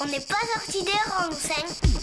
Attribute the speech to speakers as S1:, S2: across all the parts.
S1: On n'est pas sorti des rangs,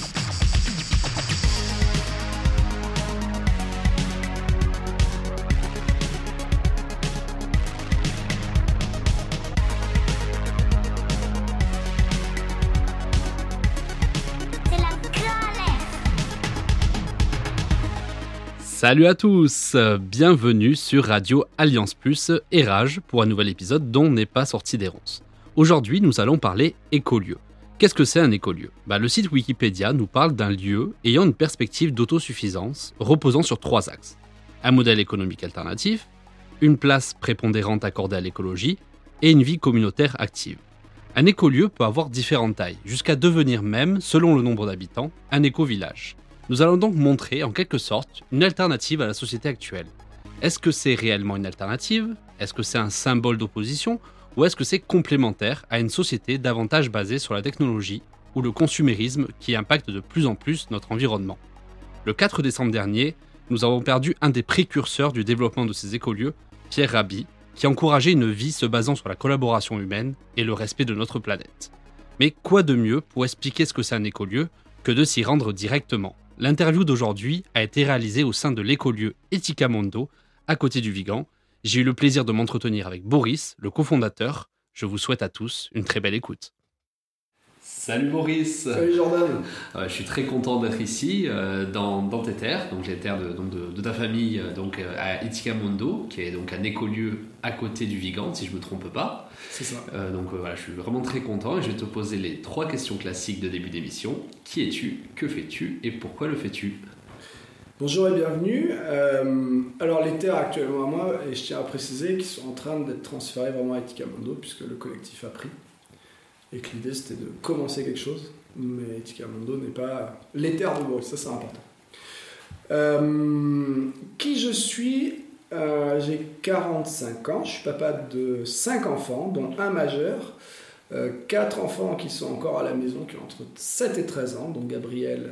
S2: Salut à tous, bienvenue sur Radio Alliance Plus et Rage pour un nouvel épisode dont n'est pas sorti des ronces. Aujourd'hui, nous allons parler écolieu. Qu'est-ce que c'est un écolieu ? Le site Wikipédia nous parle d'un lieu ayant une perspective d'autosuffisance reposant sur 3 axes. Un modèle économique alternatif, une place prépondérante accordée à l'écologie et une vie communautaire active. Un écolieu peut avoir différentes tailles, jusqu'à devenir même, selon le nombre d'habitants, un éco-village. Nous allons donc montrer, en quelque sorte, une alternative à la société actuelle. Est-ce que c'est réellement une alternative ? Est-ce que c'est un symbole d'opposition ? Ou est-ce que c'est complémentaire à une société davantage basée sur la technologie ou le consumérisme qui impacte de plus en plus notre environnement ? Le 4 décembre dernier, nous avons perdu un des précurseurs du développement de ces écolieux, Pierre Rabhi, qui encourageait une vie se basant sur la collaboration humaine et le respect de notre planète. Mais quoi de mieux pour expliquer ce que c'est un écolieu que de s'y rendre directement ? L'interview d'aujourd'hui a été réalisée au sein de l'écolieu Ethicamondo, à côté du Vigan. J'ai eu le plaisir de m'entretenir avec Boris, le cofondateur. Je vous souhaite à tous une très belle écoute. Salut Boris.
S3: Salut Jordan.
S2: Je suis très content d'être ici, dans tes terres, donc les terres de ta famille, à Ethicamondo, qui est donc un écolieu à côté du Vigan, si je ne me trompe pas.
S3: C'est ça.
S2: Je suis vraiment très content et je vais te poser les 3 questions classiques de début d'émission. Qui es-tu ? Que fais-tu ? Et pourquoi le fais-tu ?
S3: Bonjour et bienvenue. Alors les terres actuellement à moi, et je tiens à préciser qu'ils sont en train d'être transférées vraiment à Ethicamondo, puisque le collectif a pris. Et que l'idée c'était de commencer quelque chose, mais Ethicamondo n'est pas les terres de Boris, ça c'est important. Qui je suis ? J'ai 45 ans, je suis papa de 5 enfants, dont un majeur, 4 enfants qui sont encore à la maison, qui ont entre 7 et 13 ans, donc Gabriel,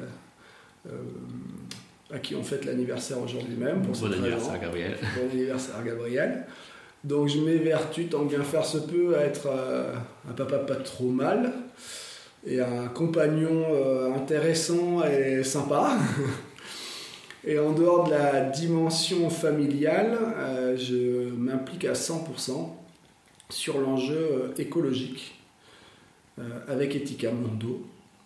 S3: à qui on fête l'anniversaire aujourd'hui même. Pour
S2: bon anniversaire Gabriel.
S3: Bon anniversaire Gabriel. Donc je m'évertue tant bien faire se peut à être un papa pas trop mal, et un compagnon intéressant et sympa. Et en dehors de la dimension familiale, je m'implique à 100% sur l'enjeu écologique avec Ethicamondo.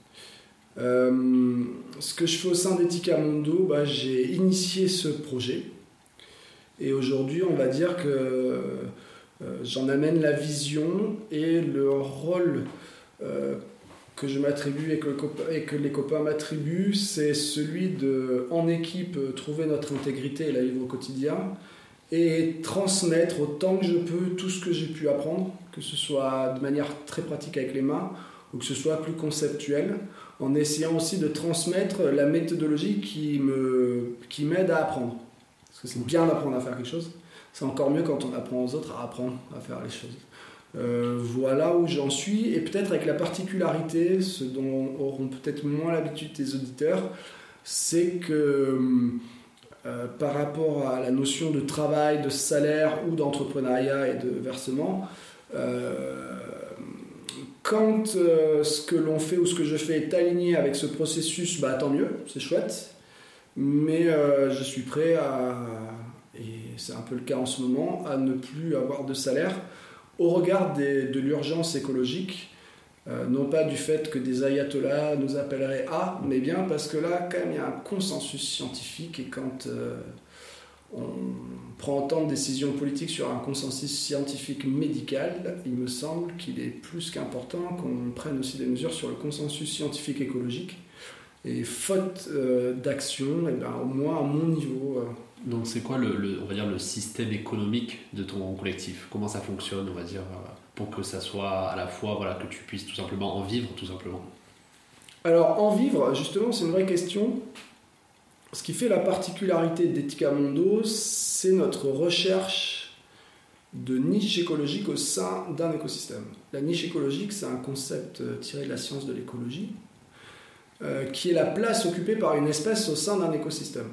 S3: Ce que je fais au sein d'Ethicamondo, j'ai initié ce projet. Et aujourd'hui, on va dire que j'en amène la vision et le rôle que je m'attribue et que les copains m'attribuent, c'est celui de, en équipe, trouver notre intégrité et la vivre au quotidien et transmettre autant que je peux tout ce que j'ai pu apprendre, que ce soit de manière très pratique avec les mains ou que ce soit plus conceptuel, en essayant aussi de transmettre la méthodologie qui m'aide à apprendre. Parce que c'est bien d'apprendre à faire quelque chose, c'est encore mieux quand on apprend aux autres à apprendre à faire les choses. Voilà où j'en suis, et peut-être avec la particularité, ce dont auront peut-être moins l'habitude tes auditeurs, c'est que par rapport à la notion de travail, de salaire ou d'entrepreneuriat et de versement, quand ce que l'on fait ou ce que je fais est aligné avec ce processus, tant mieux, c'est chouette, mais je suis prêt et c'est un peu le cas en ce moment, à ne plus avoir de salaire au regard de l'urgence écologique, non pas du fait que des ayatollahs nous appelleraient à, mais bien parce que là, quand même, il y a un consensus scientifique, et quand on prend autant de décisions politiques sur un consensus scientifique médical, il me semble qu'il est plus qu'important qu'on prenne aussi des mesures sur le consensus scientifique écologique. Et faute d'action, au moins à mon niveau.
S2: Donc c'est quoi on va dire le système économique de ton collectif ? Comment ça fonctionne, on va dire, pour que ça soit à la fois que tu puisses tout simplement en vivre, tout simplement ?
S3: Alors en vivre, justement, c'est une vraie question. Ce qui fait la particularité d'Ethicamondo, c'est notre recherche de niche écologique au sein d'un écosystème. La niche écologique, c'est un concept tiré de la science de l'écologie, qui est la place occupée par une espèce au sein d'un écosystème.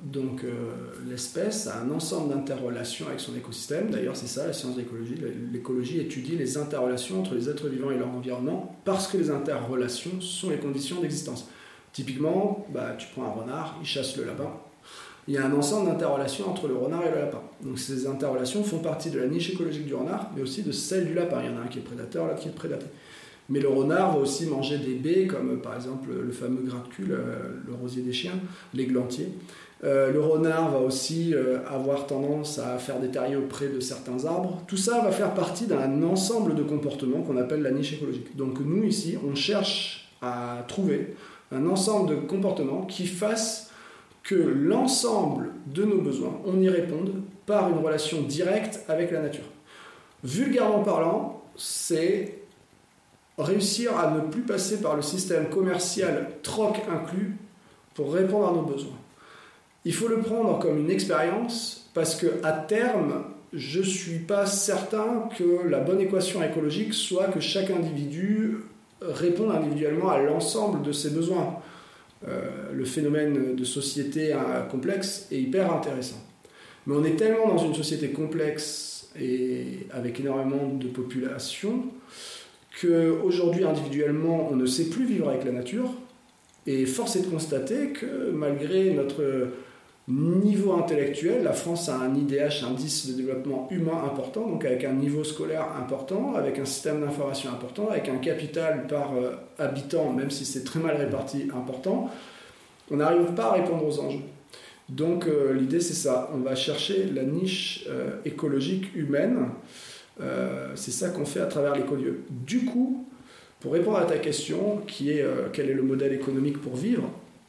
S3: Donc l'espèce a un ensemble d'interrelations avec son écosystème. D'ailleurs, c'est ça la science de l'écologie. L'écologie étudie les interrelations entre les êtres vivants et leur environnement parce que les interrelations sont les conditions d'existence. Typiquement, tu prends un renard, il chasse le lapin. Il y a un ensemble d'interrelations entre le renard et le lapin. Donc ces interrelations font partie de la niche écologique du renard, mais aussi de celle du lapin. Il y en a un qui est prédateur, l'autre qui est prédaté. Mais le renard va aussi manger des baies, comme par exemple le fameux gratte-cul, le rosier des chiens, l'églantier. Le renard va aussi avoir tendance à faire des terriers auprès de certains arbres. Tout ça va faire partie d'un ensemble de comportements qu'on appelle la niche écologique. Donc nous, ici, on cherche à trouver un ensemble de comportements qui fassent que l'ensemble de nos besoins, on y réponde par une relation directe avec la nature. Vulgairement parlant, c'est réussir à ne plus passer par le système commercial troc inclus pour répondre à nos besoins. Il faut le prendre comme une expérience parce qu'à terme, je ne suis pas certain que la bonne équation écologique soit que chaque individu réponde individuellement à l'ensemble de ses besoins. Le phénomène de société complexe est hyper intéressant. Mais on est tellement dans une société complexe et avec énormément de population qu'aujourd'hui, individuellement, on ne sait plus vivre avec la nature. Et force est de constater que malgré notre niveau intellectuel, la France a un IDH, indice de développement humain important, donc avec un niveau scolaire important, avec un système d'information important, avec un capital par habitant, même si c'est très mal réparti, important, on n'arrive pas à répondre aux enjeux. Donc l'idée c'est ça, on va chercher la niche écologique humaine, c'est ça qu'on fait à travers l'écolieu. Du coup, pour répondre à ta question, qui est quel est le modèle économique pour vivre,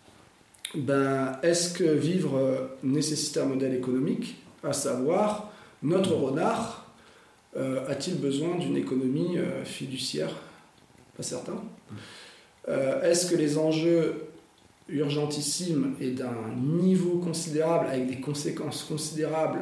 S3: est-ce que vivre nécessite un modèle économique, à savoir, notre renard a-t-il besoin d'une économie fiduciaire? Pas certain. Est-ce que les enjeux urgentissimes et d'un niveau considérable, avec des conséquences considérables,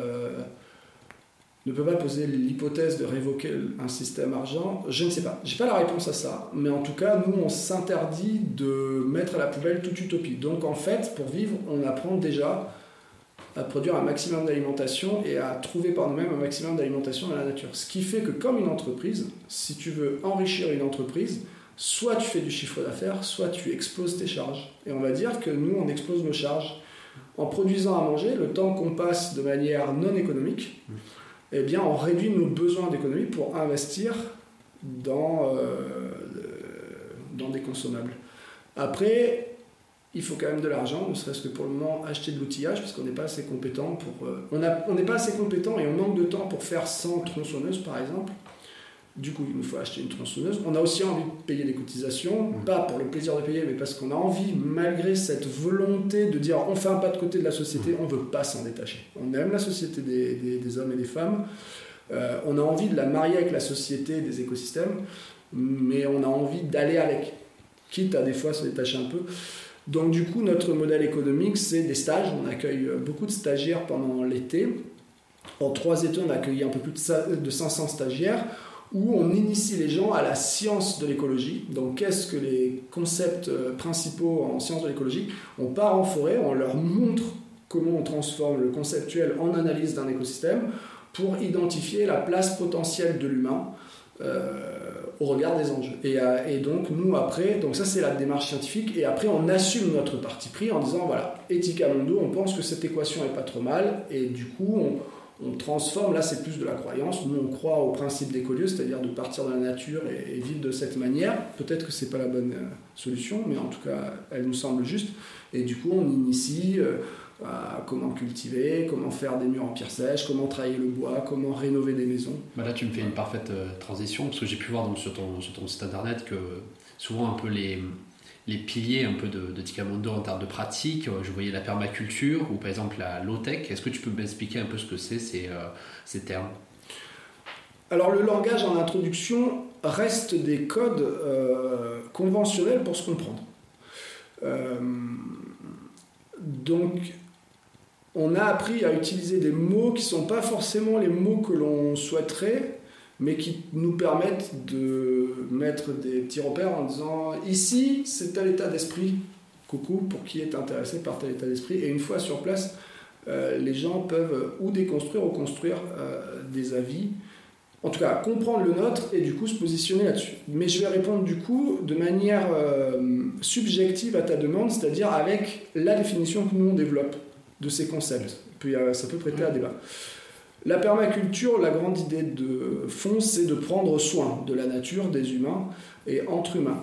S3: ne peut pas poser l'hypothèse de révoquer un système argent? Je ne sais pas. Je n'ai pas la réponse à ça. Mais en tout cas, nous, on s'interdit de mettre à la poubelle toute utopie. Donc, en fait, pour vivre, on apprend déjà à produire un maximum d'alimentation et à trouver par nous-mêmes un maximum d'alimentation dans la nature. Ce qui fait que, comme une entreprise, si tu veux enrichir une entreprise, soit tu fais du chiffre d'affaires, soit tu exploses tes charges. Et on va dire que nous, on explose nos charges en produisant à manger le temps qu'on passe de manière non économique. Eh bien, on réduit nos besoins d'économie pour investir dans des consommables. Après, il faut quand même de l'argent, ne serait-ce que pour le moment acheter de l'outillage, parce qu'on n'est pas assez compétent pour... on n'est pas assez compétent et on manque de temps pour faire 100 tronçonneuses, par exemple. Du coup, il nous faut acheter une tronçonneuse. On a aussi envie de payer des cotisations, pas pour le plaisir de payer, mais parce qu'on a envie, malgré cette volonté de dire on fait un pas de côté de la société, on ne veut pas s'en détacher. On aime la société des hommes et des femmes, on a envie de la marier avec la société des écosystèmes, mais on a envie d'aller avec, quitte à des fois se détacher un peu. Donc du coup, notre modèle économique, c'est des stages. On accueille beaucoup de stagiaires pendant l'été. En 3 étés, on a accueilli un peu plus de 500 stagiaires, où on initie les gens à la science de l'écologie. Donc, qu'est-ce que les concepts principaux en sciences de l'écologie? On part en forêt, on leur montre comment on transforme le conceptuel en analyse d'un écosystème pour identifier la place potentielle de l'humain au regard des enjeux. Et donc, nous, après, donc ça, c'est la démarche scientifique, et après, on assume notre parti pris en disant, voilà, Ethica Mundo, on pense que cette équation est pas trop mal, et du coup, on transforme, là c'est plus de la croyance, nous on croit au principe d'écolieu, c'est-à-dire de partir de la nature et vivre de cette manière. Peut-être que c'est pas la bonne solution, mais en tout cas elle nous semble juste, et du coup on initie à comment cultiver, comment faire des murs en pierre sèche, comment travailler le bois, comment rénover des maisons.
S2: Là tu me fais une parfaite transition, parce que j'ai pu voir donc, sur ton site internet que souvent un peu les piliers un peu de Ethica Mundo en termes de pratique, je voyais la permaculture ou par exemple la low-tech. Est-ce que tu peux m'expliquer un peu ce que c'est ces termes?
S3: Alors le langage en introduction reste des codes conventionnels pour se comprendre. Donc on a appris à utiliser des mots qui ne sont pas forcément les mots que l'on souhaiterait, mais qui nous permettent de mettre des petits repères en disant ici c'est tel état d'esprit coucou, pour qui est intéressé par tel état d'esprit. Et une fois sur place, les gens peuvent ou déconstruire ou construire des avis. En tout cas, comprendre le nôtre et du coup se positionner là-dessus. Mais je vais répondre du coup de manière subjective à ta demande, c'est-à-dire avec la définition que nous on développe de ces concepts. Puis ça peut prêter à débat. La permaculture, la grande idée de fond, c'est de prendre soin de la nature, des humains et entre humains.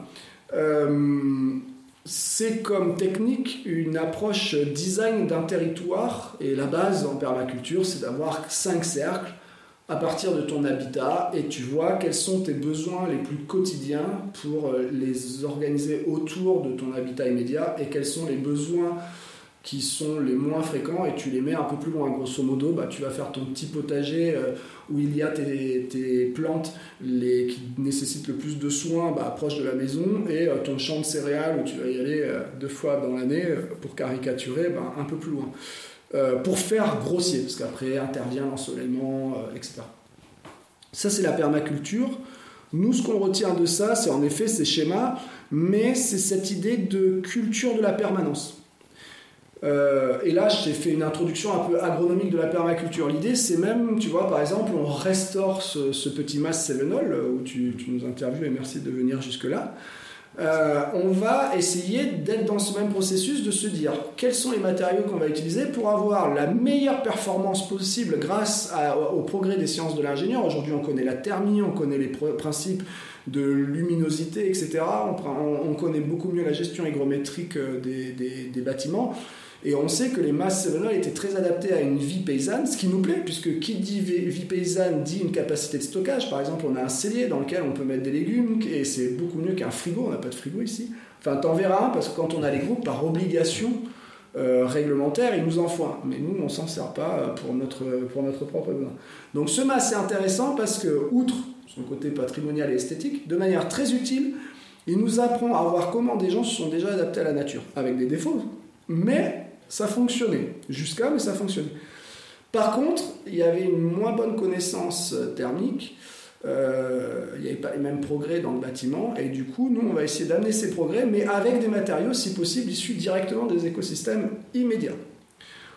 S3: C'est comme technique une approche design d'un territoire, et la base en permaculture, c'est d'avoir 5 cercles à partir de ton habitat, et tu vois quels sont tes besoins les plus quotidiens pour les organiser autour de ton habitat immédiat, et quels sont les besoins qui sont les moins fréquents, et tu les mets un peu plus loin. Grosso modo, tu vas faire ton petit potager où il y a tes plantes qui nécessitent le plus de soins proche de la maison, et ton champ de céréales où tu vas y aller 2 fois dans l'année, pour caricaturer, un peu plus loin. Pour faire grossier, parce qu'après intervient l'ensoleillement, etc. Ça, c'est la permaculture. Nous, ce qu'on retient de ça, c'est en effet ces schémas, mais c'est cette idée de culture de la permanence. Et là, je t'ai fait une introduction un peu agronomique de la permaculture. L'idée, c'est même, tu vois, par exemple, on restaure ce petit mas sélénol, où tu nous interviews, et merci de venir jusque-là. On va essayer d'être dans ce même processus, de se dire quels sont les matériaux qu'on va utiliser pour avoir la meilleure performance possible grâce au progrès des sciences de l'ingénieur. Aujourd'hui, on connaît la thermie, on connaît les principes de luminosité, etc. On connaît beaucoup mieux la gestion hygrométrique des bâtiments. Et on sait que les masses sélénoles étaient très adaptées à une vie paysanne, ce qui nous plaît, puisque qui dit vie paysanne dit une capacité de stockage. Par exemple, on a un cellier dans lequel on peut mettre des légumes, et c'est beaucoup mieux qu'un frigo. On n'a pas de frigo ici. Enfin, t'en verras un, parce que quand on a les groupes, par obligation réglementaire, ils nous en font un. Mais nous, on ne s'en sert pas pour notre propre besoin. Donc ce mas, c'est intéressant parce que, outre son côté patrimonial et esthétique, de manière très utile, il nous apprend à voir comment des gens se sont déjà adaptés à la nature, avec des défauts, mais ça fonctionnait. Mais ça fonctionnait. Par contre, il y avait une moins bonne connaissance thermique, il n'y avait pas les mêmes progrès dans le bâtiment, et du coup, nous, on va essayer d'amener ces progrès, mais avec des matériaux, si possible, issus directement des écosystèmes immédiats. Pourquoi ?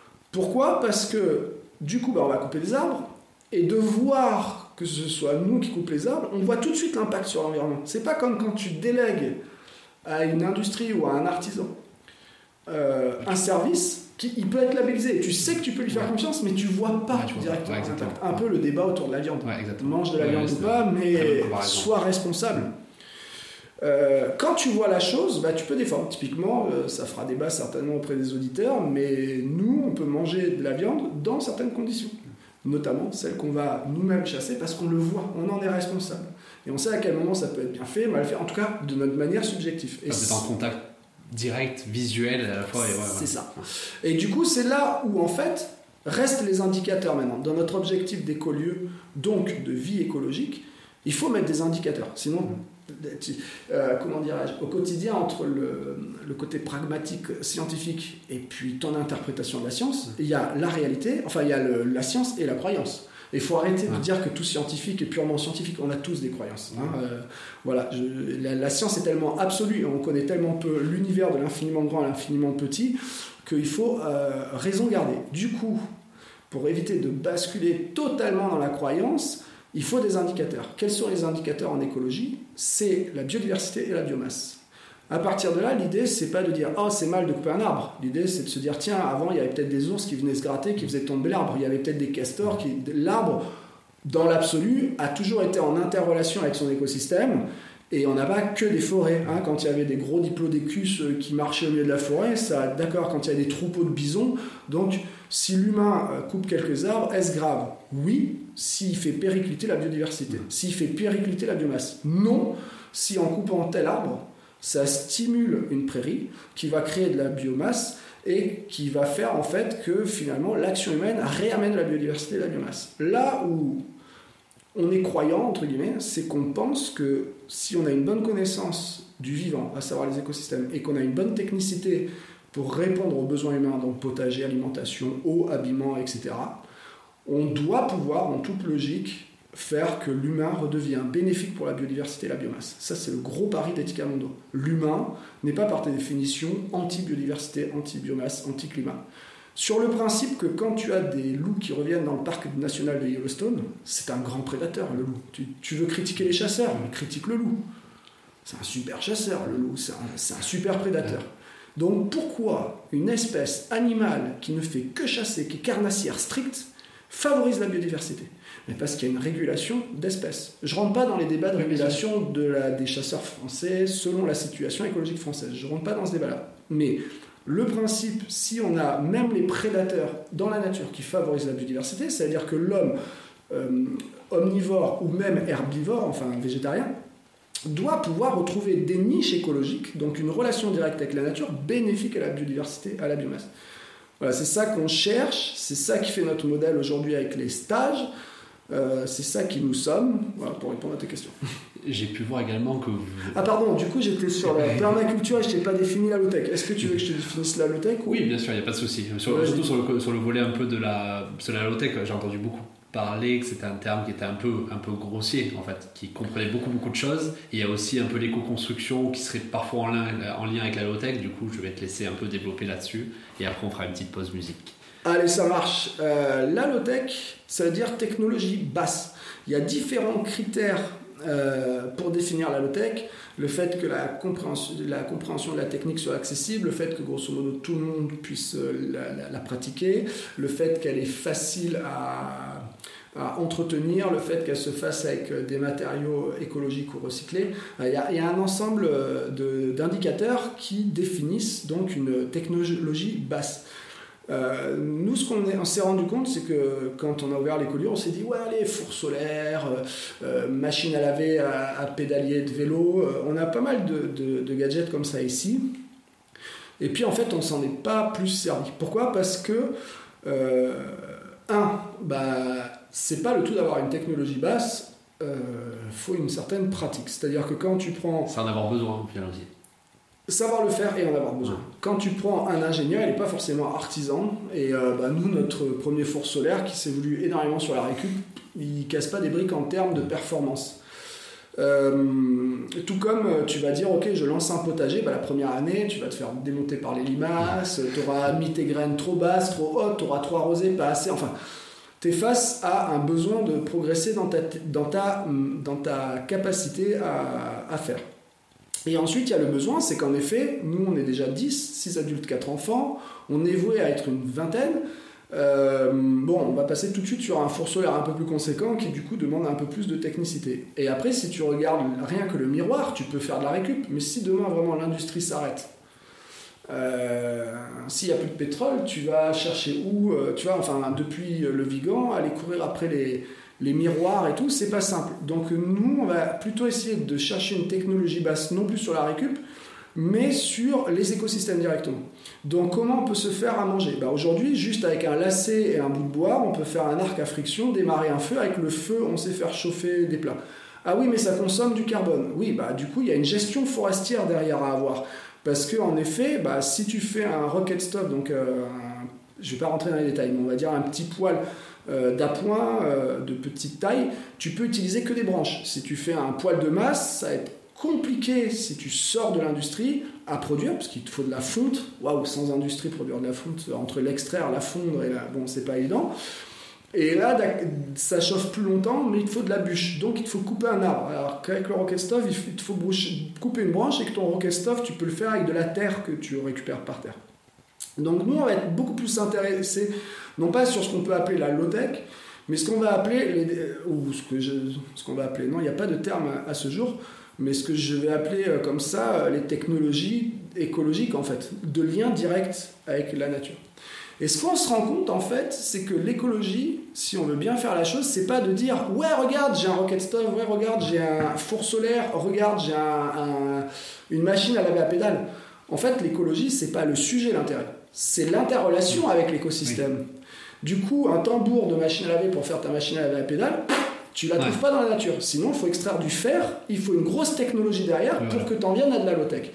S3: Parce que, du coup, on va couper des arbres, et de voir que ce soit nous qui coupons les arbres, on voit tout de suite l'impact sur l'environnement. C'est pas comme quand tu délègues à une industrie ou à un artisan un service il peut être labellisé. Tu sais que tu peux lui faire confiance, mais tu vois pas directement l'impact. Un peu le débat autour de la viande. Mange de la viande ou pas, mais sois responsable. Quand tu vois la chose, tu peux défendre. Typiquement, ça fera débat certainement auprès des auditeurs, mais nous, on peut manger de la viande dans certaines conditions. Notamment celles qu'on va nous-mêmes chasser parce qu'on le voit, on en est responsable. Et on sait à quel moment ça peut être bien fait, mal fait, en tout cas de notre manière subjective.
S2: Et c'est en contact direct, visuel à la fois.
S3: C'est ça. Et du coup, c'est là où en fait restent les indicateurs maintenant. Dans notre objectif d'écolieu, donc de vie écologique, il faut mettre des indicateurs. Sinon, comment dirais-je, au quotidien, entre le côté pragmatique, scientifique, et puis ton interprétation de la science, il y a la réalité, enfin il y a la science et la croyance. Il faut arrêter de dire que tout scientifique est purement scientifique. On a tous des croyances. Voilà, la science est tellement absolue, on connaît tellement peu l'univers de l'infiniment grand à l'infiniment petit, qu'il faut raison garder. Du coup, pour éviter de basculer totalement dans la croyance, il faut des indicateurs. Quels sont les indicateurs en écologie ? C'est la biodiversité et la biomasse. À partir de là, l'idée, c'est pas de dire « Oh, c'est mal de couper un arbre ». L'idée, c'est de se dire « Tiens, avant, il y avait peut-être des ours qui venaient se gratter, qui faisaient tomber l'arbre. Il y avait peut-être des castors qui... » L'arbre, dans l'absolu, a toujours été en interrelation avec son écosystème. Et on n'a pas que des forêts. Quand il y avait des gros diplodocus qui marchaient au milieu de la forêt, ça, d'accord, quand il y a des troupeaux de bisons. Donc, si l'humain coupe quelques arbres, est-ce grave ? Oui, s'il fait péricliter la biodiversité. S'il fait péricliter la biomasse. Non, si en coupant tel arbre, ça stimule une prairie qui va créer de la biomasse et qui va faire en fait que finalement l'action humaine réamène la biodiversité et la biomasse. Là où on est croyant, entre guillemets, c'est qu'on pense que si on a une bonne connaissance du vivant, à savoir les écosystèmes, et qu'on a une bonne technicité pour répondre aux besoins humains, donc potager, alimentation, eau, habillement, etc., on doit pouvoir, en toute logique, faire que l'humain redevient bénéfique pour la biodiversité et la biomasse. Ça, c'est le gros pari d'Etica Mondo. L'humain n'est pas par définition anti-biodiversité, anti-biomasse, anti-climat. Sur le principe que quand tu as des loups qui reviennent dans le parc national de Yellowstone, c'est un grand prédateur, le loup. Tu veux critiquer les chasseurs, mais critique le loup. C'est un super chasseur, le loup, c'est un super prédateur. Donc pourquoi une espèce animale qui ne fait que chasser, qui est carnassière stricte, favorise la biodiversité? Mais parce qu'il y a une régulation d'espèces. Je ne rentre pas dans les débats de régulation des chasseurs français selon la situation écologique française. Je ne rentre pas dans ce débat-là. Mais le principe, si on a même les prédateurs dans la nature qui favorisent la biodiversité, c'est-à-dire que l'homme omnivore ou même herbivore, enfin végétarien, doit pouvoir retrouver des niches écologiques, donc une relation directe avec la nature bénéfique à la biodiversité, à la biomasse. Voilà, c'est ça qu'on cherche, c'est ça qui fait notre modèle aujourd'hui avec les stages, c'est ça qui nous sommes, voilà, pour répondre à tes questions.
S2: J'ai pu voir également que vous...
S3: Ah pardon, du coup j'étais sur la permaculture et je t'ai pas défini la low-tech. Est-ce que tu veux que je te définisse la low-tech ou...
S2: Oui, bien sûr, il n'y a pas de souci. Surtout sur le volet un peu de la low-tech, j'ai entendu beaucoup parler que c'était un terme qui était un peu grossier, en fait, qui comprenait beaucoup de choses. Et il y a aussi un peu l'éco-construction qui serait parfois en lien avec la low-tech. Du coup, je vais te laisser un peu développer là-dessus et après on fera une petite pause musique.
S3: Allez, ça marche. La low-tech, ça veut dire technologie basse. Il y a différents critères pour définir la low-tech. Le fait que la compréhension de la technique soit accessible, le fait que grosso modo tout le monde puisse la pratiquer, le fait qu'elle est facile à entretenir, le fait qu'elle se fasse avec des matériaux écologiques ou recyclés. Il y a un ensemble d'indicateurs qui définissent donc une technologie basse. Nous, ce qu'on s'est rendu compte, c'est que quand on a ouvert l'écolieu, on s'est dit ouais, allez, four solaire, machine à laver, à pédalier de vélo, on a pas mal de gadgets comme ça ici. Et puis en fait, on s'en est pas plus servi. Pourquoi ? Parce que c'est pas le tout d'avoir une technologie basse, faut une certaine pratique. C'est-à-dire que quand tu prends...
S2: C'est en avoir besoin, aussi.
S3: Savoir le faire et en avoir besoin. Quand tu prends un ingénieur, il n'est pas forcément artisan. Et nous, notre premier four solaire qui s'est voulu énormément sur la récup, il ne casse pas des briques en termes de performance. Tout comme tu vas dire, ok, je lance un potager, la première année, tu vas te faire démonter par les limaces, tu auras mis tes graines trop basses, trop hautes, tu auras trop arrosé, pas assez. Enfin, tu es face à un besoin de progresser dans ta capacité à faire. Et ensuite, il y a le besoin, c'est qu'en effet, nous, on est déjà 6 adultes, 4 enfants, on est voué à être une vingtaine. On va passer tout de suite sur un four solaire un peu plus conséquent qui, du coup, demande un peu plus de technicité. Et après, si tu regardes rien que le miroir, tu peux faire de la récup. Mais si demain, vraiment, l'industrie s'arrête, s'il n'y a plus de pétrole, tu vas chercher où depuis le Vigan, aller courir après les miroirs et tout, c'est pas simple. Donc nous, on va plutôt essayer de chercher une technologie basse, non plus sur la récup, mais sur les écosystèmes directement. Donc comment on peut se faire à manger ? Aujourd'hui, juste avec un lacet et un bout de bois, on peut faire un arc à friction, démarrer un feu. Avec le feu, on sait faire chauffer des plats. Ah oui, mais ça consomme du carbone. Oui, du coup, il y a une gestion forestière derrière à avoir. Parce qu'en effet, si tu fais un rocket stove, donc je ne vais pas rentrer dans les détails, mais on va dire un petit poêle d'appoint de petite taille, tu peux utiliser que des branches. Si tu fais un poêle de masse, ça va être compliqué si tu sors de l'industrie à produire, parce qu'il te faut de la fonte. Waouh, sans industrie, produire de la fonte, entre l'extraire, la fondre, et c'est pas évident. Et là, ça chauffe plus longtemps, mais il te faut de la bûche. Donc, il te faut couper un arbre. Alors qu'avec le rocket stove, il te faut couper une branche, et que ton rocket stove, tu peux le faire avec de la terre que tu récupères par terre. Donc, nous, on va être beaucoup plus intéressés, non pas sur ce qu'on peut appeler la low-tech, mais ce qu'on va appeler, ce qu'on va appeler, non, il n'y a pas de terme à ce jour, mais ce que je vais appeler comme ça, les technologies écologiques, en fait, de lien direct avec la nature. Et ce qu'on se rend compte, en fait, c'est que l'écologie, si on veut bien faire la chose, c'est pas de dire « Ouais, regarde, j'ai un rocket stove, ouais, regarde, j'ai un four solaire, regarde, j'ai une machine à laver à pédale. » En fait, l'écologie, c'est pas le sujet, l'intérêt. C'est l'interrelation avec l'écosystème. Oui. Du coup, un tambour de machine à laver pour faire ta machine à laver à pédale, tu la trouves pas dans la nature. Sinon, il faut extraire du fer, il faut une grosse technologie derrière pour que tu en viennes à de la low-tech.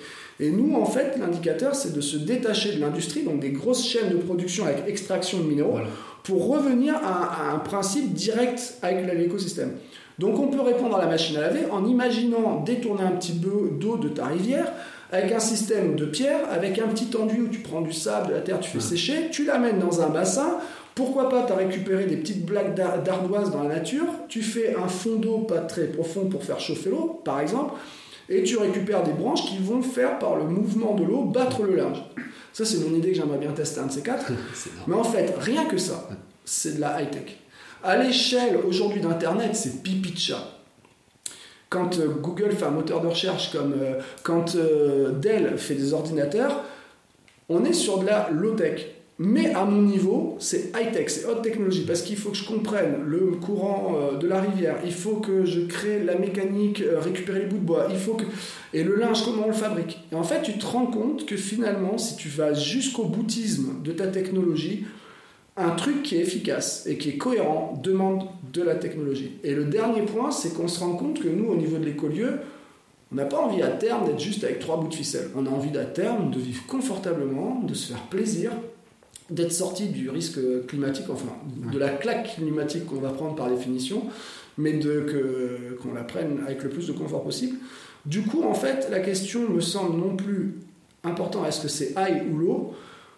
S3: Et nous, en fait, l'indicateur, c'est de se détacher de l'industrie, donc des grosses chaînes de production avec extraction de minéraux, pour revenir à un principe direct avec l'écosystème. Donc on peut répondre à la machine à laver en imaginant détourner un petit peu d'eau de ta rivière avec un système de pierre, avec un petit enduit où tu prends du sable, de la terre, tu fais sécher, tu l'amènes dans un bassin. Pourquoi pas, tu as récupéré des petites blagues d'ardoise dans la nature, tu fais un fond d'eau pas très profond pour faire chauffer l'eau, par exemple, et tu récupères des branches qui vont faire, par le mouvement de l'eau, battre le linge. Ça, c'est mon idée que j'aimerais bien tester, un de ces quatre. Mais en fait, rien que ça, c'est de la high-tech. À l'échelle, aujourd'hui, d'Internet, c'est pipi de chat. Quand Google fait un moteur de recherche, quand Dell fait des ordinateurs, on est sur de la low-tech. Mais à mon niveau, c'est high-tech, c'est haute technologie, parce qu'il faut que je comprenne le courant de la rivière, il faut que je crée la mécanique, récupérer les bouts de bois, et le linge, comment on le fabrique. Et en fait, tu te rends compte que finalement, si tu vas jusqu'au boutisme de ta technologie, un truc qui est efficace et qui est cohérent demande de la technologie. Et le dernier point, c'est qu'on se rend compte que nous, au niveau de l'écolieu, on n'a pas envie à terme d'être juste avec 3 bouts de ficelle. On a envie à terme de vivre confortablement, de se faire plaisir, d'être sorti du risque climatique, enfin de la claque climatique qu'on va prendre par définition, mais qu'on la prenne avec le plus de confort possible. Du coup, en fait, la question me semble non plus importante, est-ce que c'est high ou low.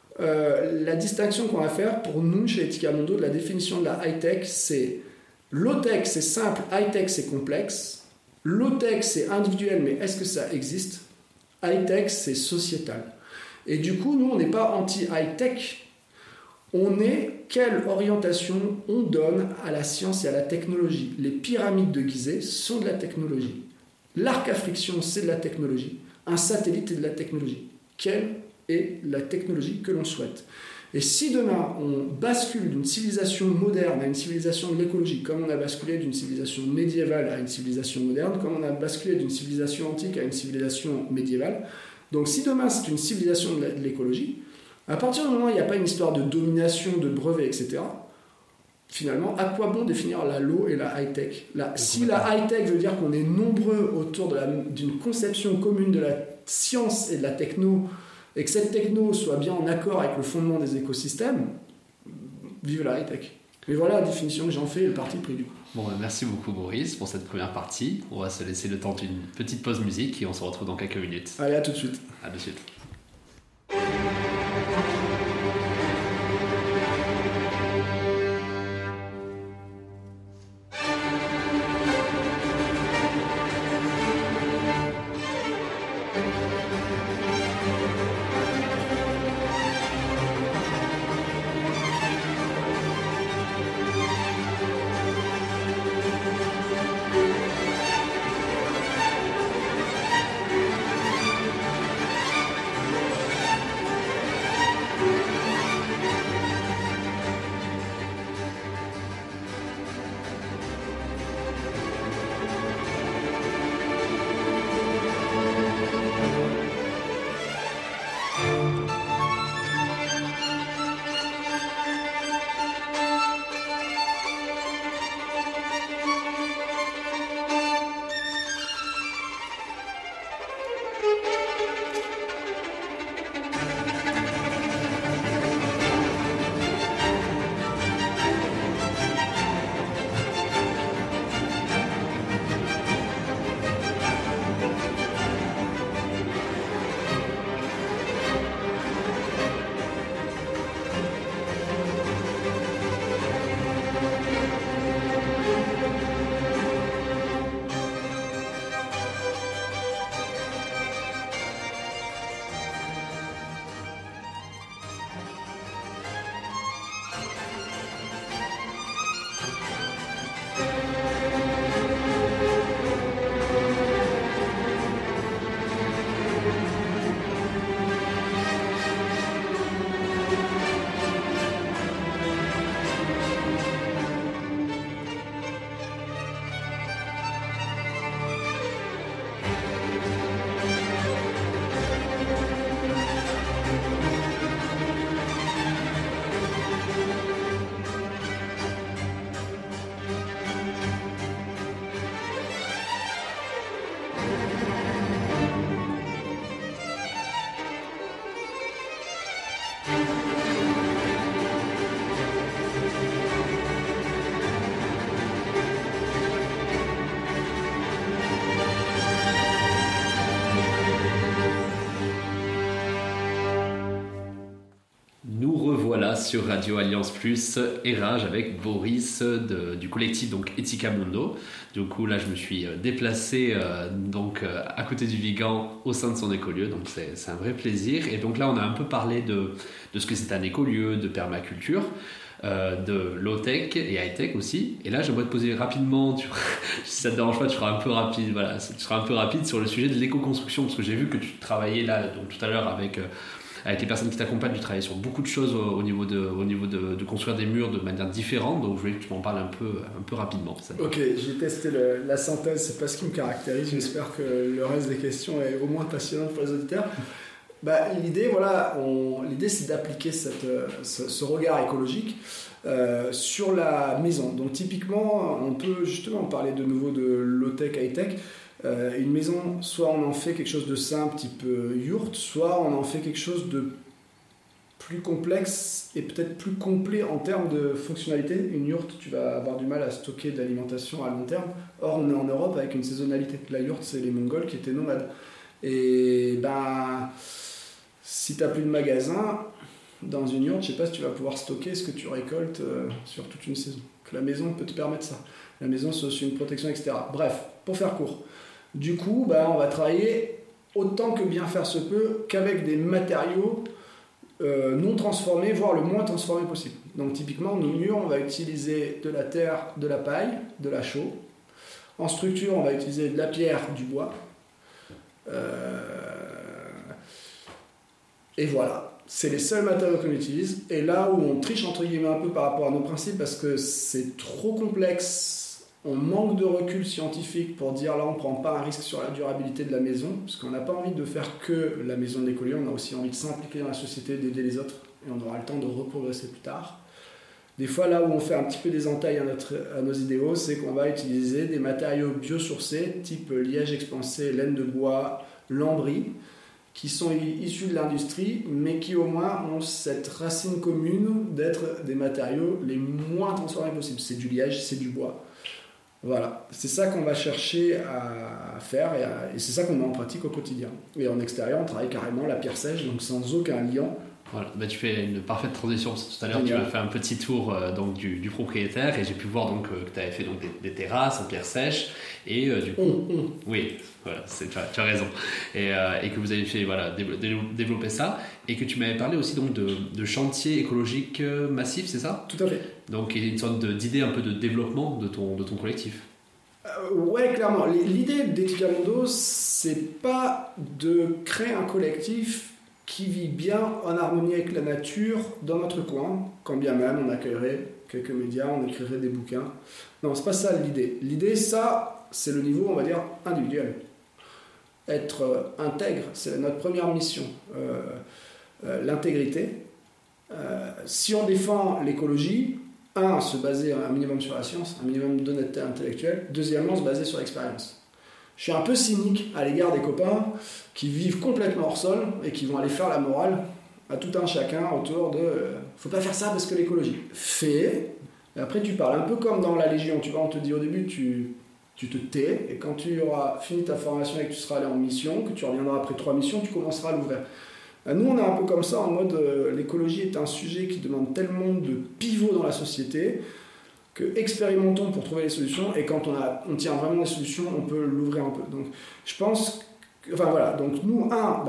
S3: La distinction qu'on va faire pour nous chez Etica Mondo de la définition de la high-tech, c'est low-tech c'est simple, high-tech c'est complexe, low-tech c'est individuel mais est-ce que ça existe, high-tech c'est sociétal. Et du coup nous on n'est pas anti-high-tech, on est quelle orientation on donne à la science et à la technologie. Les pyramides de Gizeh sont de la technologie, l'arc à friction c'est de la technologie, un satellite est de la technologie. Quelle est la technologie que l'on souhaite. Et si demain on bascule d'une civilisation moderne à une civilisation de l'écologie, comme on a basculé d'une civilisation médiévale à une civilisation moderne, comme on a basculé d'une civilisation antique à une civilisation médiévale, donc si demain c'est une civilisation de l'écologie, à partir du moment où il n'y a pas une histoire de domination, de brevets, etc., finalement, à quoi bon définir la low et la high-tech ? Si la high-tech veut dire qu'on est nombreux autour d'une conception commune de la science et de la techno, et que cette techno soit bien en accord avec le fondement des écosystèmes, vive la high-tech. Et voilà la définition que j'en fais et le parti pris du coup.
S2: Bon, merci beaucoup Boris pour cette première partie. On va se laisser le temps d'une petite pause musique et on se retrouve dans quelques minutes.
S3: Allez, à tout de suite.
S2: À tout de suite. sur Radio Alliance Plus et Rage avec Boris du collectif donc Etica Mundo. Du coup là je me suis déplacé à côté du Vigan au sein de son écolieu, donc c'est un vrai plaisir. Et donc là on a un peu parlé de ce que c'est un écolieu, de permaculture, de low-tech et high-tech aussi. Et là j'aimerais te poser rapidement, si ça te dérange pas, tu seras un peu rapide sur le sujet de l'éco-construction, parce que j'ai vu que tu travaillais là donc tout à l'heure avec les personnes qui t'accompagnent, tu travailles sur beaucoup de choses au niveau de construire des murs de manière différente, donc je voulais que tu m'en parles un peu rapidement.
S3: Ok, j'ai testé la synthèse, c'est pas ce qui me caractérise, j'espère que le reste des questions est au moins passionnant pour les auditeurs. L'idée c'est d'appliquer ce regard écologique sur la maison. Donc typiquement, on peut justement parler de nouveau de low-tech, high-tech. Une maison, soit on en fait quelque chose de simple, type yourte, soit on en fait quelque chose de plus complexe et peut-être plus complet en termes de fonctionnalité. Une yourte, tu vas avoir du mal à stocker de l'alimentation à long terme. Or, on est en Europe avec une saisonnalité. La yourte, c'est les Mongols qui étaient nomades. Et si tu n'as plus de magasin, dans une yourte, je ne sais pas si tu vas pouvoir stocker ce que tu récoltes sur toute une saison. Que la maison peut te permettre ça. La maison, c'est aussi une protection, etc. Bref, pour faire court. Du coup, on va travailler autant que bien faire se peut qu'avec des matériaux non transformés, voire le moins transformés possible. Donc typiquement, nos murs, on va utiliser de la terre, de la paille, de la chaux. En structure, on va utiliser de la pierre, du bois. Et voilà, c'est les seuls matériaux qu'on utilise. Et là où on triche entre guillemets un peu par rapport à nos principes, parce que c'est trop complexe, on manque de recul scientifique pour dire là on ne prend pas un risque sur la durabilité de la maison, parce qu'on n'a pas envie de faire que la maison de l'écolier, on a aussi envie de s'impliquer dans la société, d'aider les autres, et on aura le temps de reprogresser plus tard. Des fois, là où on fait un petit peu des entailles à nos idéaux, c'est qu'on va utiliser des matériaux biosourcés, type liège expansé, laine de bois, lambris, qui sont issus de l'industrie, mais qui au moins ont cette racine commune d'être des matériaux les moins transformés possibles. C'est du liège, c'est du bois. Voilà, c'est ça qu'on va chercher à faire et c'est ça qu'on met en pratique au quotidien. Et en extérieur, on travaille carrément la pierre sèche, donc sans aucun liant.
S2: Voilà, tu fais une parfaite transition, parce que tout à l'heure tu as fait un petit tour du propriétaire et j'ai pu voir que tu avais fait donc, des terrasses en pierre sèche et du coup... Oui, voilà, tu as raison. Et que vous avez fait développer ça et que tu m'avais parlé aussi donc, de chantiers écologiques massifs, c'est ça ?
S3: Tout à fait.
S2: Donc il y a une sorte d'idée un peu de développement de ton collectif.
S3: Ouais, clairement. L'idée d'Etica Mundo, c'est pas de créer un collectif qui vit bien en harmonie avec la nature dans notre coin, quand bien même on accueillerait quelques médias, on écrirait des bouquins. Non, c'est pas ça l'idée. L'idée, ça, c'est le niveau, on va dire, individuel. Être intègre, c'est notre première mission. L'intégrité. Si on défend l'écologie, se baser un minimum sur la science, un minimum d'honnêteté intellectuelle. Deuxièmement, se baser sur l'expérience. Je suis un peu cynique à l'égard des copains qui vivent complètement hors sol et qui vont aller faire la morale à tout un chacun autour de faut pas faire ça parce que l'écologie. Fais, et après tu parles. Un peu comme dans la Légion, tu vois, on te dit au début tu te tais et quand tu auras fini ta formation et que tu seras allé en mission, que tu reviendras après 3 missions, tu commenceras à l'ouvrir. Nous on est un peu comme ça en mode l'écologie est un sujet qui demande tellement de pivots dans la société que expérimentons pour trouver les solutions et quand on tient vraiment les solutions, on peut l'ouvrir un peu. Donc je pense donc nous,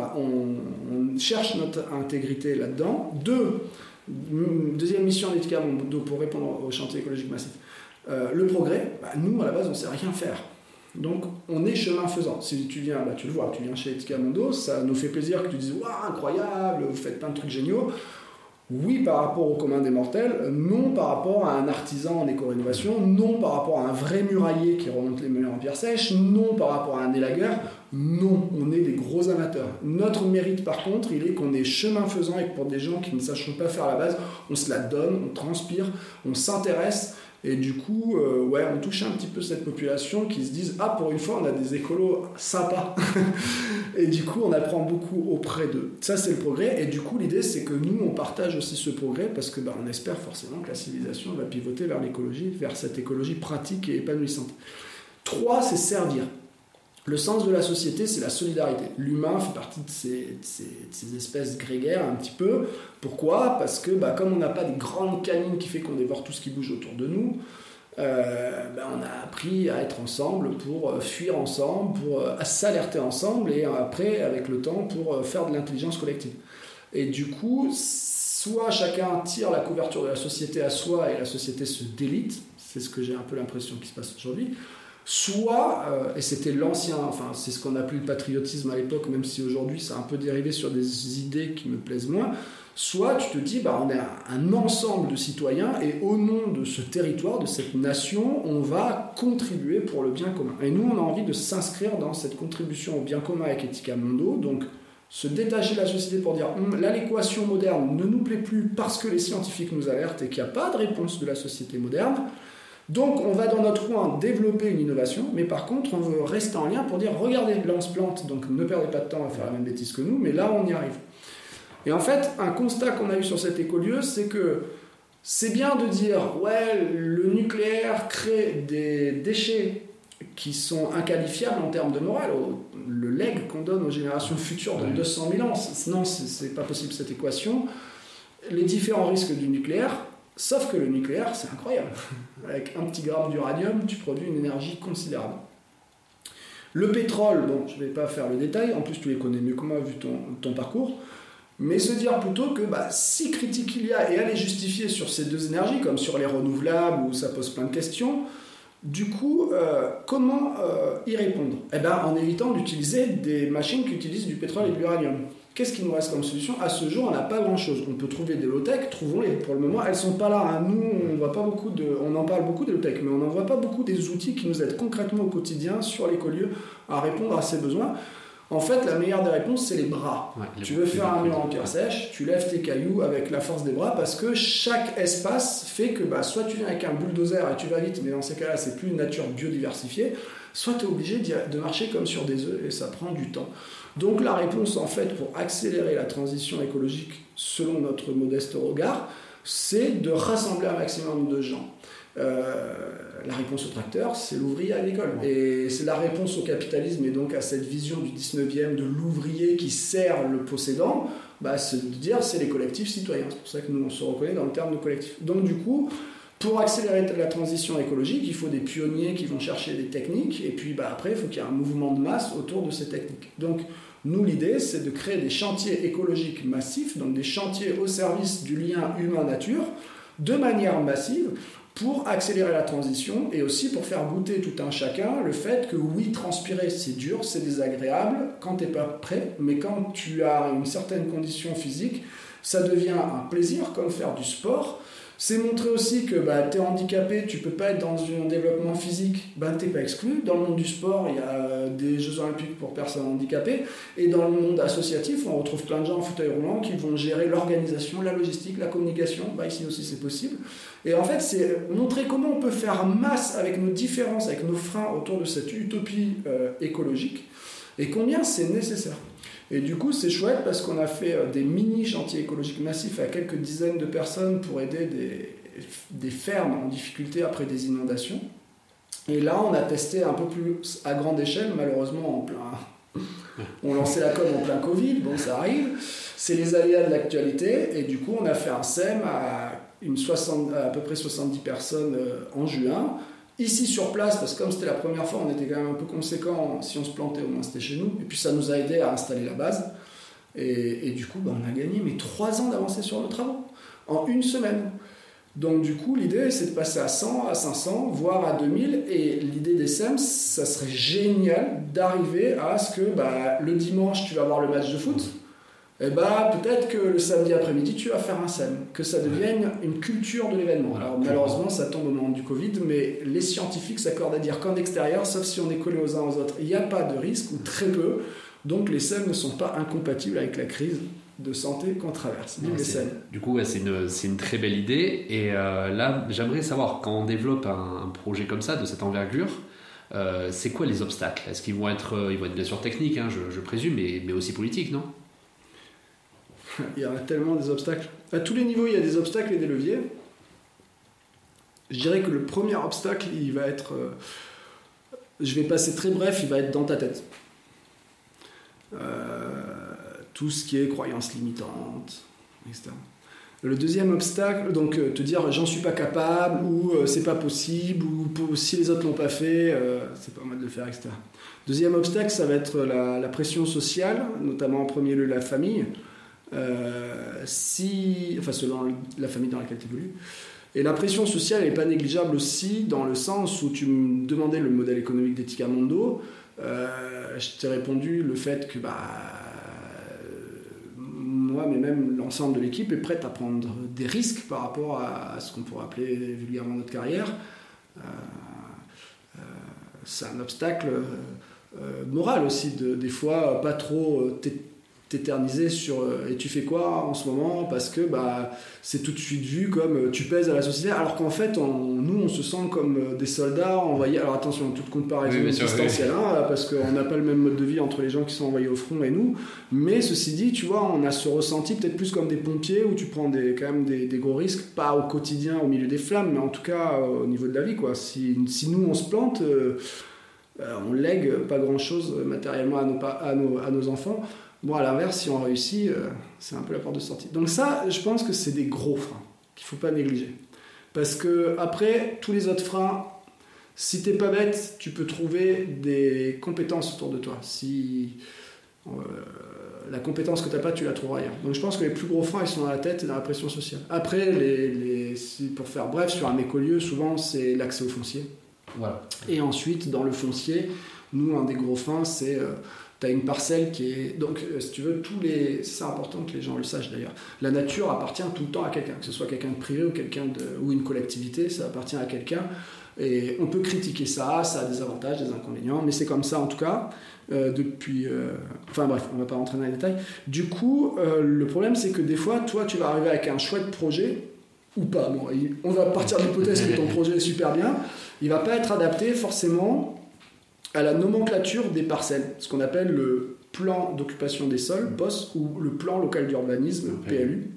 S3: on cherche notre intégrité là-dedans. Deuxième mission d'Etica Mundo pour répondre au chantier écologique massif. Le progrès, nous à la base on ne sait rien faire. Donc on est chemin faisant. Si tu viens, tu le vois, tu viens chez Etica Mundo, ça nous fait plaisir que tu dises waouh, incroyable, vous faites plein de trucs géniaux. Oui, par rapport au commun des mortels, non par rapport à un artisan en éco-rénovation, non par rapport à un vrai murailler qui remonte les murs en pierre sèche, non par rapport à un élagueur, non, on est des gros amateurs. Notre mérite par contre, il est qu'on est chemin faisant et que pour des gens qui ne sachent pas faire la base, on se la donne, on transpire, on s'intéresse et du coup, on touche un petit peu cette population qui se disent « Ah, pour une fois, on a des écolos sympas !» Et du coup, on apprend beaucoup auprès d'eux. Ça, c'est le progrès. Et du coup, l'idée, c'est que nous, on partage aussi ce progrès parce que on espère forcément que la civilisation va pivoter vers l'écologie, vers cette écologie pratique et épanouissante. 3, c'est servir. Le sens de la société, c'est la solidarité. L'humain fait partie de ces espèces grégaires un petit peu. Pourquoi ? Parce que comme on n'a pas des grandes canines qui fait qu'on dévore tout ce qui bouge autour de nous, on a appris à être ensemble pour fuir ensemble, pour s'alerter ensemble et après, avec le temps, pour faire de l'intelligence collective. Et du coup, soit chacun tire la couverture de la société à soi et la société se délite, c'est ce que j'ai un peu l'impression qui se passe aujourd'hui, soit, et c'était l'ancien, enfin c'est ce qu'on appelait le patriotisme à l'époque, même si aujourd'hui ça a un peu dérivé sur des idées qui me plaisent moins, soit tu te dis, on est un ensemble de citoyens et au nom de ce territoire, de cette nation, on va contribuer pour le bien commun. Et nous, on a envie de s'inscrire dans cette contribution au bien commun avec Ethica Mondo, donc se détacher de la société pour dire là l'équation moderne ne nous plaît plus parce que les scientifiques nous alertent et qu'il n'y a pas de réponse de la société moderne. Donc on va dans notre coin développer une innovation, mais par contre on veut rester en lien pour dire regardez, là on se plante, donc ne perdez pas de temps à faire la même bêtise que nous, mais là on y arrive. Et en fait, un constat qu'on a eu sur cet écolieu, c'est que c'est bien de dire ouais, le nucléaire crée des déchets qui sont inqualifiables en termes de morale, le legs qu'on donne aux générations futures dans 200 000 ans, non, c'est pas possible cette équation. Les différents risques du nucléaire, sauf que le nucléaire, c'est incroyable. Avec un petit gramme d'uranium, tu produis une énergie considérable. Le pétrole, bon, je ne vais pas faire le détail, en plus tu les connais mieux que moi vu ton parcours, mais se dire plutôt que si critique il y a, et elle est justifiée sur ces deux énergies, comme sur les renouvelables où ça pose plein de questions, du coup, comment y répondre ? En évitant d'utiliser des machines qui utilisent du pétrole et de l'uranium. Qu'est-ce qu'il nous reste comme solution ? À ce jour, on n'a pas grand-chose. On peut trouver des low-tech, trouvons-les. Pour le moment, elles ne sont pas là. Hein. Nous, on en parle beaucoup des low-tech, mais on n'en voit pas beaucoup des outils qui nous aident concrètement au quotidien sur l'écolieu à répondre à ces besoins. En fait, la meilleure des réponses, c'est les bras. Ouais, tu veux faire un mur en pierre sèche, tu lèves tes cailloux avec la force des bras parce que chaque espace fait que soit tu viens avec un bulldozer et tu vas vite, mais dans ces cas-là, c'est plus une nature biodiversifiée, soit tu es obligé de marcher comme sur des œufs et ça prend du temps. Donc la réponse, en fait, pour accélérer la transition écologique selon notre modeste regard, c'est de rassembler un maximum de gens. La réponse au tracteur, c'est l'ouvrier agricole. Et c'est la réponse au capitalisme et donc à cette vision du 19e de l'ouvrier qui sert le possédant, c'est de dire c'est les collectifs citoyens. C'est pour ça que nous on se reconnaît dans le terme de collectif. Donc du coup, pour accélérer la transition écologique, il faut des pionniers qui vont chercher des techniques et puis après il faut qu'il y ait un mouvement de masse autour de ces techniques. Donc nous, l'idée, c'est de créer des chantiers écologiques massifs, donc des chantiers au service du lien humain-nature, de manière massive, pour accélérer la transition et aussi pour faire goûter tout un chacun le fait que oui, transpirer c'est dur, c'est désagréable quand t'es pas prêt, mais quand tu as une certaine condition physique, ça devient un plaisir comme faire du sport. C'est montrer aussi que t'es handicapé, tu peux pas être dans un développement physique, t'es pas exclu. Dans le monde du sport, il y a des Jeux Olympiques pour personnes handicapées, et dans le monde associatif, on retrouve plein de gens en fauteuil roulant qui vont gérer l'organisation, la logistique, la communication. Ici aussi c'est possible. Et en fait, c'est montrer comment on peut faire masse avec nos différences, avec nos freins autour de cette utopie écologique, et combien c'est nécessaire. Et du coup, c'est chouette parce qu'on a fait des mini-chantiers écologiques massifs à quelques dizaines de personnes pour aider des fermes en difficulté après des inondations. Et là, on a testé un peu plus à grande échelle, malheureusement, on lançait la com en plein Covid, bon, ça arrive. C'est les aléas de l'actualité. Et du coup, on a fait un SEM à peu près 70 personnes en juin. Ici sur place, parce que comme c'était la première fois, on était quand même un peu conséquent. Si on se plantait, au moins c'était chez nous. Et puis ça nous a aidé à installer la base. Et du coup, on a gagné 3 ans d'avancée sur nos travaux, en une semaine. Donc du coup, l'idée, c'est de passer à 100, à 500, voire à 2000. Et l'idée des SEM, ça serait génial d'arriver à ce que le dimanche, tu vas voir le match de foot. Et peut-être que le samedi après-midi, tu vas faire un SEM, que ça devienne une culture de l'événement. Alors malheureusement, ça tombe au moment du Covid, mais les scientifiques s'accordent à dire qu'en extérieur, sauf si on est collés aux uns aux autres, il n'y a pas de risque, ou très peu. Donc les SEM ne sont pas incompatibles avec la crise de santé qu'on traverse.
S2: Du coup, c'est une très belle idée. Et là, j'aimerais savoir, quand on développe un projet comme ça, de cette envergure, c'est quoi les obstacles ? Est-ce qu'ils vont être bien sûr techniques, je présume, mais aussi politiques, non ?
S3: Il y a tellement des obstacles. À tous les niveaux, il y a des obstacles et des leviers. Je dirais que le premier obstacle, il va être je vais passer très bref, il va être dans ta tête. Tout ce qui est croyances limitantes, etc. Le deuxième obstacle, donc te dire j'en suis pas capable, ou c'est pas possible, ou si les autres l'ont pas fait, c'est pas mal de le faire, etc. Deuxième obstacle, ça va être la pression sociale, notamment en premier lieu la famille, selon la famille dans laquelle tu évolues. Et la pression sociale n'est pas négligeable aussi, dans le sens où tu me demandais le modèle économique d'Ethicamondo. Je t'ai répondu le fait que moi, mais même l'ensemble de l'équipe est prête à prendre des risques par rapport à ce qu'on pourrait appeler vulgairement notre carrière. C'est un obstacle moral aussi, des fois pas trop t'éterniser sur et tu fais quoi en ce moment, parce que c'est tout de suite vu comme tu pèses à la société, alors qu'en fait nous on se sent comme des soldats envoyés. Alors attention, toute comparaison distancielle, parce qu'on n'a pas le même mode de vie entre les gens qui sont envoyés au front et nous, mais ceci dit, tu vois, on a ce ressenti peut-être plus comme des pompiers où tu prends quand même des gros risques, pas au quotidien au milieu des flammes, mais en tout cas au niveau de la vie, quoi. Si nous on se plante, on lègue pas grand chose matériellement à nos enfants. Bon, à l'inverse, si on réussit, c'est un peu la porte de sortie. Donc ça, je pense que c'est des gros freins qu'il ne faut pas négliger. Parce que après, tous les autres freins, si tu n'es pas bête, tu peux trouver des compétences autour de toi. Si la compétence que tu n'as pas, tu la trouveras ailleurs. Donc je pense que les plus gros freins, ils sont dans la tête et dans la pression sociale. Après, pour faire bref, sur un écolieu, souvent, c'est l'accès au foncier. Voilà. Et ensuite, dans le foncier, nous, un des gros freins, c'est... tu as une parcelle qui est... Donc, si tu veux, c'est important que les gens le sachent d'ailleurs. La nature appartient tout le temps à quelqu'un, que ce soit quelqu'un de privé ou une collectivité, ça appartient à quelqu'un. Et on peut critiquer ça a des avantages, des inconvénients, mais c'est comme ça en tout cas, depuis... Enfin bref, on ne va pas rentrer dans les détails. Du coup, le problème, c'est que des fois, toi, tu vas arriver avec un chouette projet, ou pas. Bon, on va partir de l'hypothèse que ton projet est super bien. Il ne va pas être adapté forcément à la nomenclature des parcelles, ce qu'on appelle le plan d'occupation des sols, POS, ou le plan local d'urbanisme, PLU.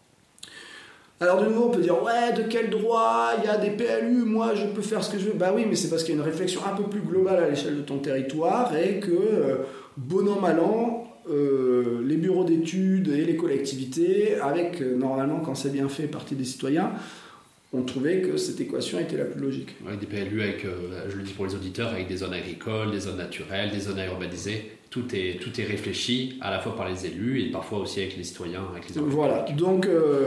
S3: Alors de nouveau, on peut dire, ouais, de quel droit, il y a des PLU, moi je peux faire ce que je veux. Bah oui, mais c'est parce qu'il y a une réflexion un peu plus globale à l'échelle de ton territoire, et que, bon an, mal an, les bureaux d'études et les collectivités, avec, normalement, quand c'est bien fait, partie des citoyens, on trouvait que cette équation était la plus logique.
S2: Avec des PLU, je le dis pour les auditeurs, avec des zones agricoles, des zones naturelles, des zones à urbaniser. Tout est réfléchi à la fois par les élus et parfois aussi avec les citoyens, avec les
S3: organisations. Voilà, donc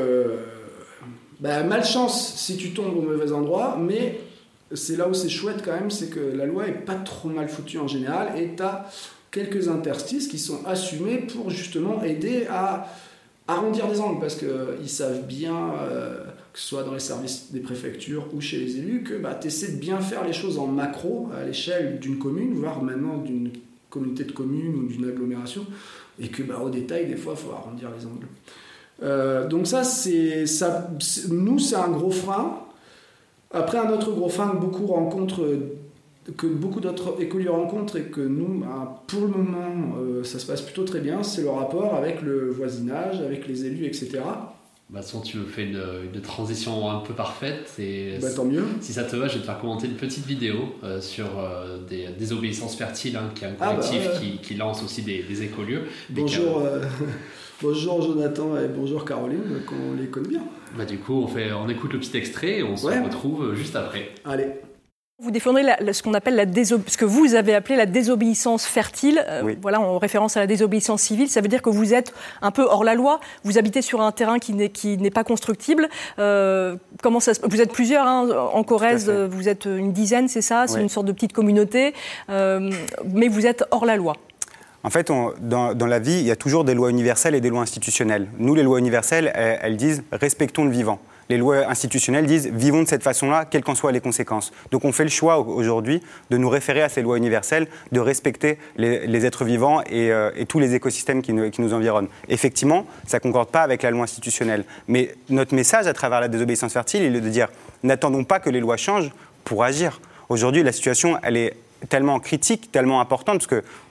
S3: malchance si tu tombes au mauvais endroit, mais c'est là où c'est chouette quand même, c'est que la loi est pas trop mal foutue en général, et tu as quelques interstices qui sont assumés pour justement aider à arrondir des angles, parce qu'ils savent bien... que ce soit dans les services des préfectures ou chez les élus, que tu essaies de bien faire les choses en macro, à l'échelle d'une commune, voire maintenant d'une communauté de communes ou d'une agglomération, et que au détail, des fois, il faut arrondir les angles. Donc nous, c'est un gros frein. Après, un autre gros frein que beaucoup d'autres écoliers rencontrent, et que nous, pour le moment, ça se passe plutôt très bien, c'est le rapport avec le voisinage, avec les élus, etc.
S2: De toute façon, tu me fais une transition un peu parfaite. Et
S3: tant mieux.
S2: Si ça te va, je vais te faire commenter une petite vidéo sur des désobéissances fertiles, qui est un collectif qui lance aussi des écolieux.
S3: Bonjour, bonjour Jonathan et bonjour Caroline, qu'on les connaît bien.
S2: Du coup, on écoute le petit extrait et on se retrouve juste après.
S3: Allez.
S4: Vous défendrez ce qu'on appelle ce que vous avez appelé la désobéissance fertile, voilà, en référence à la désobéissance civile. Ça veut dire que vous êtes un peu hors la loi, vous habitez sur un terrain qui n'est pas constructible. Comment ça se... Vous êtes plusieurs, en Corrèze, vous êtes une dizaine, c'est ça? C'est une sorte de petite communauté, mais vous êtes hors la loi.
S5: En fait, dans la vie, il y a toujours des lois universelles et des lois institutionnelles. Nous, les lois universelles, elles disent « respectons le vivant ». Les lois institutionnelles disent « vivons de cette façon-là, quelles qu'en soient les conséquences ». Donc on fait le choix aujourd'hui de nous référer à ces lois universelles, de respecter les êtres vivants et tous les écosystèmes qui nous environnent. Effectivement, ça ne concorde pas avec la loi institutionnelle. Mais notre message à travers la désobéissance fertile, il est de dire « n'attendons pas que les lois changent pour agir ». Aujourd'hui, la situation, elle est tellement critique, tellement importante, parce que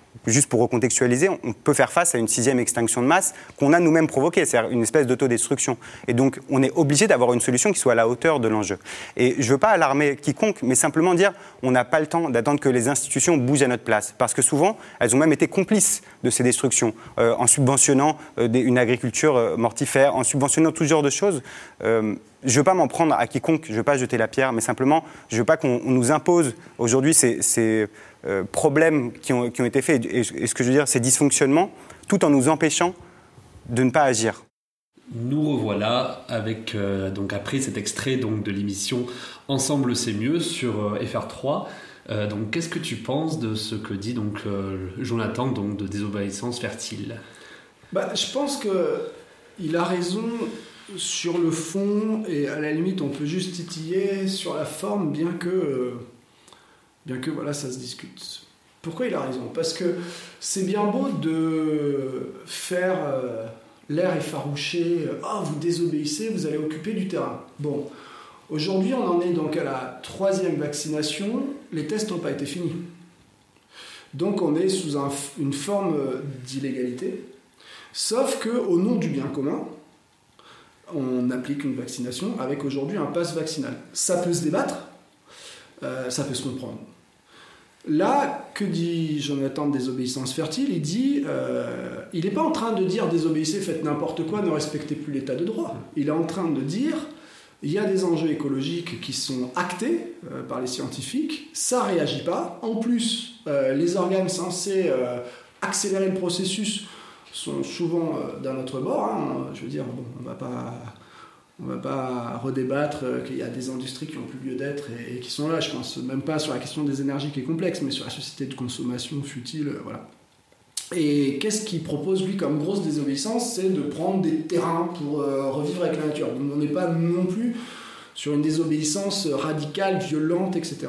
S5: juste pour recontextualiser, on peut faire face à une 6e extinction de masse qu'on a nous-mêmes provoquée, c'est-à-dire une espèce d'autodestruction. Et donc, on est obligé d'avoir une solution qui soit à la hauteur de l'enjeu. Et je ne veux pas alarmer quiconque, mais simplement dire on n'a pas le temps d'attendre que les institutions bougent à notre place. Parce que souvent, elles ont même été complices de ces destructions, en subventionnant une agriculture mortifère, en subventionnant tout genre de choses. Je ne veux pas m'en prendre à quiconque, je ne veux pas jeter la pierre, mais simplement, je ne veux pas qu'on nous impose aujourd'hui ces problèmes qui ont été faits, et ce que je veux dire, ces dysfonctionnements, tout en nous empêchant de ne pas agir.
S2: Nous revoilà avec, donc après cet extrait donc, de l'émission Ensemble c'est mieux sur FR3. Donc, qu'est-ce que tu penses de ce que dit donc, Jonathan donc, de désobéissance fertile ?
S3: Je pense qu'il a raison sur le fond, et à la limite on peut juste titiller sur la forme, bien que voilà, ça se discute. Pourquoi il a raison ? Parce que c'est bien beau de faire l'air effarouché, vous désobéissez, vous allez occuper du terrain. Bon, aujourd'hui on en est donc à la 3e vaccination, les tests n'ont pas été finis. Donc on est sous une forme d'illégalité, sauf qu'au nom du bien commun, on applique une vaccination avec aujourd'hui un pass vaccinal. Ça peut se débattre, ça peut se comprendre. Là, que dit Jonathan de désobéissance fertile ? Il dit, il n'est pas en train de dire désobéissez, faites n'importe quoi, ne respectez plus l'état de droit. Il est en train de dire, il y a des enjeux écologiques qui sont actés par les scientifiques, ça ne réagit pas. En plus, les organes censés accélérer le processus sont souvent d'un autre bord. Hein. Je veux dire, bon, on va pas redébattre qu'il y a des industries qui n'ont plus lieu d'être et qui sont là. Je pense même pas sur la question des énergies qui est complexe, mais sur la société de consommation futile, voilà. Et qu'est-ce qu'il propose, lui, comme grosse désobéissance ? C'est de prendre des terrains pour revivre avec la nature. Donc on n'est pas non plus sur une désobéissance radicale, violente, etc.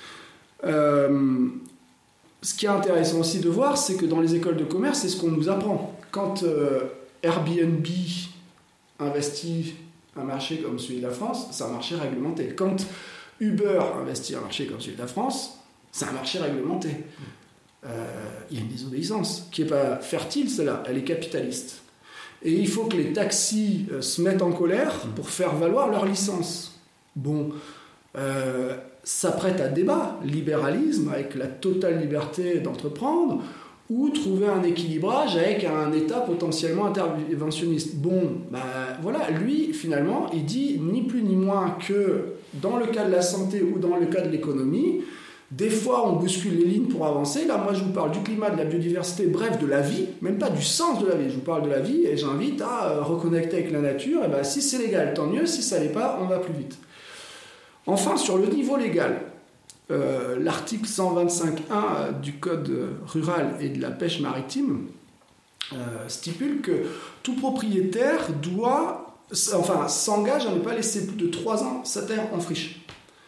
S3: Ce qui est intéressant aussi de voir, c'est que dans les écoles de commerce, c'est ce qu'on nous apprend. Quand Airbnb investit un marché comme celui de la France, c'est un marché réglementé. Quand Uber investit un marché comme celui de la France, c'est un marché réglementé. Il y a une désobéissance qui n'est pas fertile, celle-là, elle est capitaliste. Et il faut que les taxis se mettent en colère pour faire valoir leur licence. Bon, ça prête à débat, libéralisme avec la totale liberté d'entreprendre, ou trouver un équilibrage avec un État potentiellement interventionniste. Bon, voilà, lui, finalement, il dit ni plus ni moins que dans le cas de la santé ou dans le cas de l'économie, des fois, on bouscule les lignes pour avancer. Là, moi, je vous parle du climat, de la biodiversité, bref, de la vie, même pas du sens de la vie. Je vous parle de la vie et j'invite à reconnecter avec la nature. Et si c'est légal, tant mieux. Si ça l'est pas, on va plus vite. Enfin, sur le niveau légal, l'article 125.1 du Code rural et de la pêche maritime stipule que tout propriétaire s'engage à ne pas laisser plus de 3 ans sa terre en friche.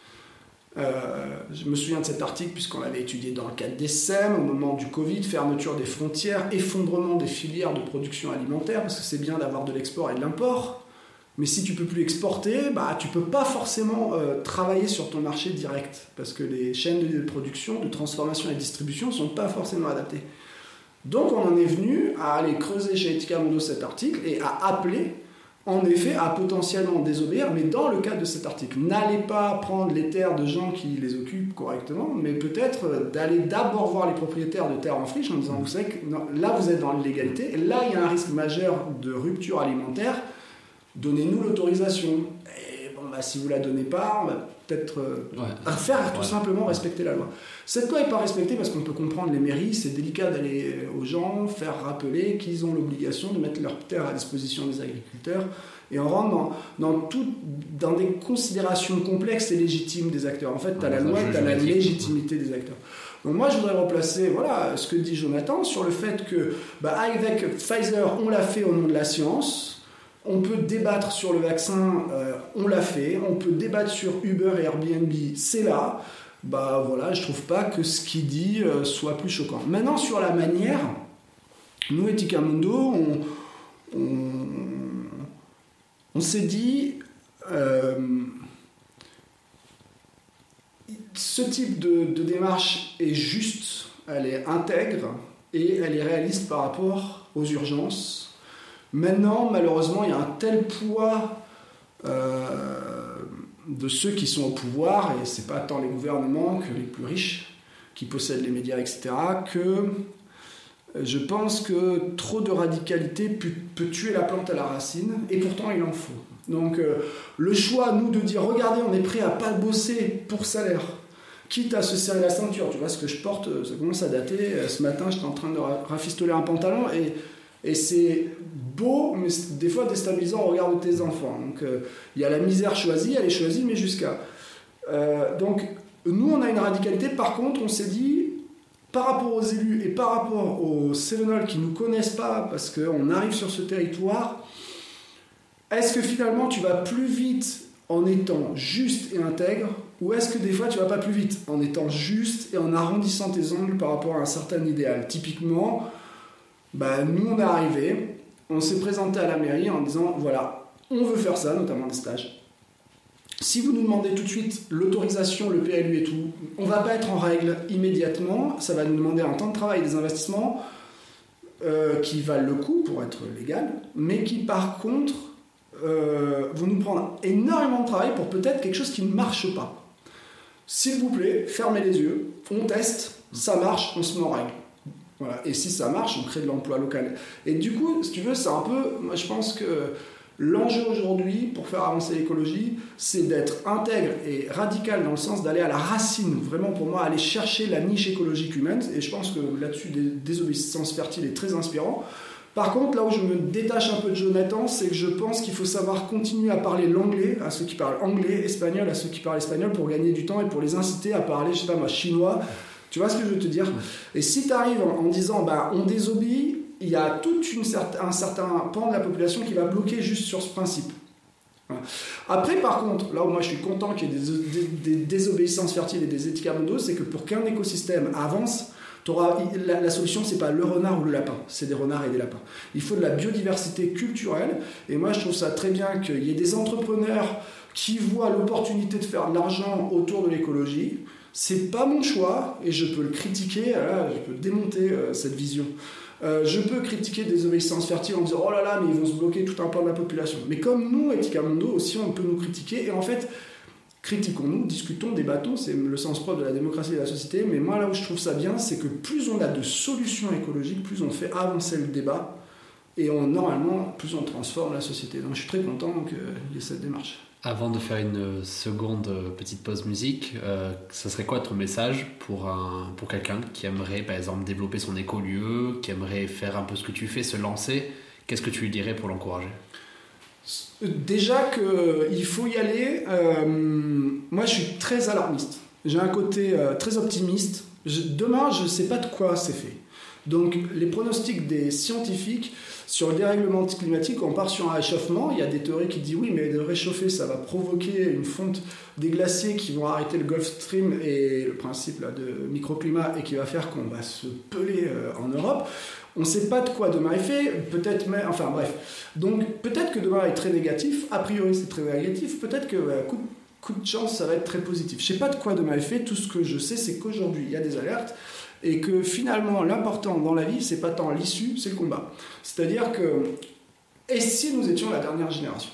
S3: Je me souviens de cet article puisqu'on l'avait étudié dans le cadre des SEM, au moment du Covid, fermeture des frontières, effondrement des filières de production alimentaire, parce que c'est bien d'avoir de l'export et de l'import, mais si tu ne peux plus exporter, tu ne peux pas forcément travailler sur ton marché direct, parce que les chaînes de production, de transformation et de distribution ne sont pas forcément adaptées. Donc on en est venu à aller creuser chez Etica Mundo cet article et à appeler en effet à potentiellement désobéir, mais dans le cadre de cet article. N'allez pas prendre les terres de gens qui les occupent correctement, mais peut-être d'aller d'abord voir les propriétaires de terres en friche en disant, vous savez que non, là vous êtes dans l'illégalité, et là il y a un risque majeur de rupture alimentaire, donnez-nous l'autorisation. Et si vous ne la donnez pas, on va peut-être faire tout simplement respecter la loi. Cette loi n'est pas respectée parce qu'on peut comprendre les mairies, c'est délicat d'aller aux gens, faire rappeler qu'ils ont l'obligation de mettre leurs terres à disposition des agriculteurs, et on rentre dans des considérations complexes et légitimes des acteurs. En fait, tu as la loi, tu as la légitimité des acteurs. Donc moi, je voudrais replacer ce que dit Jonathan sur le fait que, avec Pfizer, on l'a fait au nom de la science. On peut débattre sur le vaccin, on l'a fait. On peut débattre sur Uber et Airbnb, c'est là. Je trouve pas que ce qu'il dit soit plus choquant. Maintenant, sur la manière, nous, Etica Mundo, on s'est dit, ce type de démarche est juste, elle est intègre, et elle est réaliste par rapport aux urgences. Maintenant, malheureusement, il y a un tel poids de ceux qui sont au pouvoir, et c'est pas tant les gouvernements que les plus riches qui possèdent les médias, etc., que je pense que trop de radicalité peut tuer la plante à la racine, et pourtant il en faut. Donc le choix, nous, de dire, regardez, on est prêt à pas bosser pour salaire, quitte à se serrer la ceinture. Tu vois, ce que je porte, ça commence à dater. Ce matin, j'étais en train de rafistoler un pantalon, et c'est beau, mais c'est des fois déstabilisant au regard de tes enfants. Donc il y a la misère choisie, elle est choisie, mais jusqu'à... donc nous, on a une radicalité. Par contre, on s'est dit, par rapport aux élus et par rapport aux Cévenols qui ne nous connaissent pas, parce qu'on arrive sur ce territoire, est-ce que finalement tu vas plus vite en étant juste et intègre, ou est-ce que des fois tu vas pas plus vite en étant juste et en arrondissant tes angles par rapport à un certain idéal? Typiquement, nous on est arrivé, on s'est présenté à la mairie en disant voilà, on veut faire ça, notamment des stages. Si vous nous demandez tout de suite l'autorisation, le PLU et tout, on va pas être en règle immédiatement, ça va nous demander un temps de travail et des investissements qui valent le coup pour être légal, mais qui par contre vont nous prendre énormément de travail pour peut-être quelque chose qui ne marche pas. S'il vous plaît, fermez les yeux, on teste, ça marche, on se met en règle. Voilà. Et si ça marche, on crée de l'emploi local. Et du coup, si tu veux, c'est un peu... Moi, je pense que l'enjeu aujourd'hui, pour faire avancer l'écologie, c'est d'être intègre et radical dans le sens d'aller à la racine, vraiment pour moi, aller chercher la niche écologique humaine. Et je pense que là-dessus, Désobéissance fertile est très inspirant. Par contre, là où je me détache un peu de Jonathan, c'est que je pense qu'il faut savoir continuer à parler l'anglais à ceux qui parlent anglais, espagnol à ceux qui parlent espagnol pour gagner du temps et pour les inciter à parler, je sais pas moi, chinois. Tu vois ce que je veux te dire? Et si tu arrives en disant on désobéit, il y a tout un certain pan de la population qui va bloquer juste sur ce principe. Voilà. Après, par contre, là où moi je suis content qu'il y ait des désobéissances fertiles et des éthiques à mondo, c'est que pour qu'un écosystème avance, la solution, c'est pas le renard ou le lapin, c'est des renards et des lapins. Il faut de la biodiversité culturelle, et moi je trouve ça très bien qu'il y ait des entrepreneurs qui voient l'opportunité de faire de l'argent autour de l'écologie. C'est pas mon choix, et je peux le critiquer, je peux démonter cette vision. Je peux critiquer Désobéissance fertile en disant oh là là, mais ils vont se bloquer tout un pan de la population. Mais comme nous, Éthica Mondo aussi, on peut nous critiquer, et en fait, critiquons-nous, discutons, débattons, c'est le sens propre de la démocratie et de la société. Mais moi, là où je trouve ça bien, c'est que plus on a de solutions écologiques, plus on fait avancer le débat, et normalement, plus on transforme la société. Donc je suis très content qu'il y ait cette démarche.
S2: Avant de faire une seconde petite pause musique, ça serait quoi ton message pour quelqu'un qui aimerait par exemple développer son écolieu, qui aimerait faire un peu ce que tu fais, se lancer? Qu'est-ce que tu lui dirais pour l'encourager?
S3: Déjà qu'il faut y aller. Moi je suis très alarmiste, j'ai un côté très optimiste. Demain je ne sais pas de quoi c'est fait. Donc les pronostics des scientifiques sur le dérèglement climatique, on part sur un réchauffement. Il y a des théories qui disent oui, mais de réchauffer, ça va provoquer une fonte des glaciers qui vont arrêter le Gulf Stream et le principe là, de microclimat, et qui va faire qu'on va se peler en Europe. On ne sait pas de quoi demain est fait, peut-être, mais enfin bref. Donc peut-être que demain est très négatif, a priori c'est très négatif, peut-être que coup de chance ça va être très positif. Je ne sais pas de quoi demain est fait, tout ce que je sais c'est qu'aujourd'hui il y a des alertes, et que finalement l'important dans la vie c'est pas tant l'issue, c'est le combat. C'est-à-dire que, et si nous étions la dernière génération?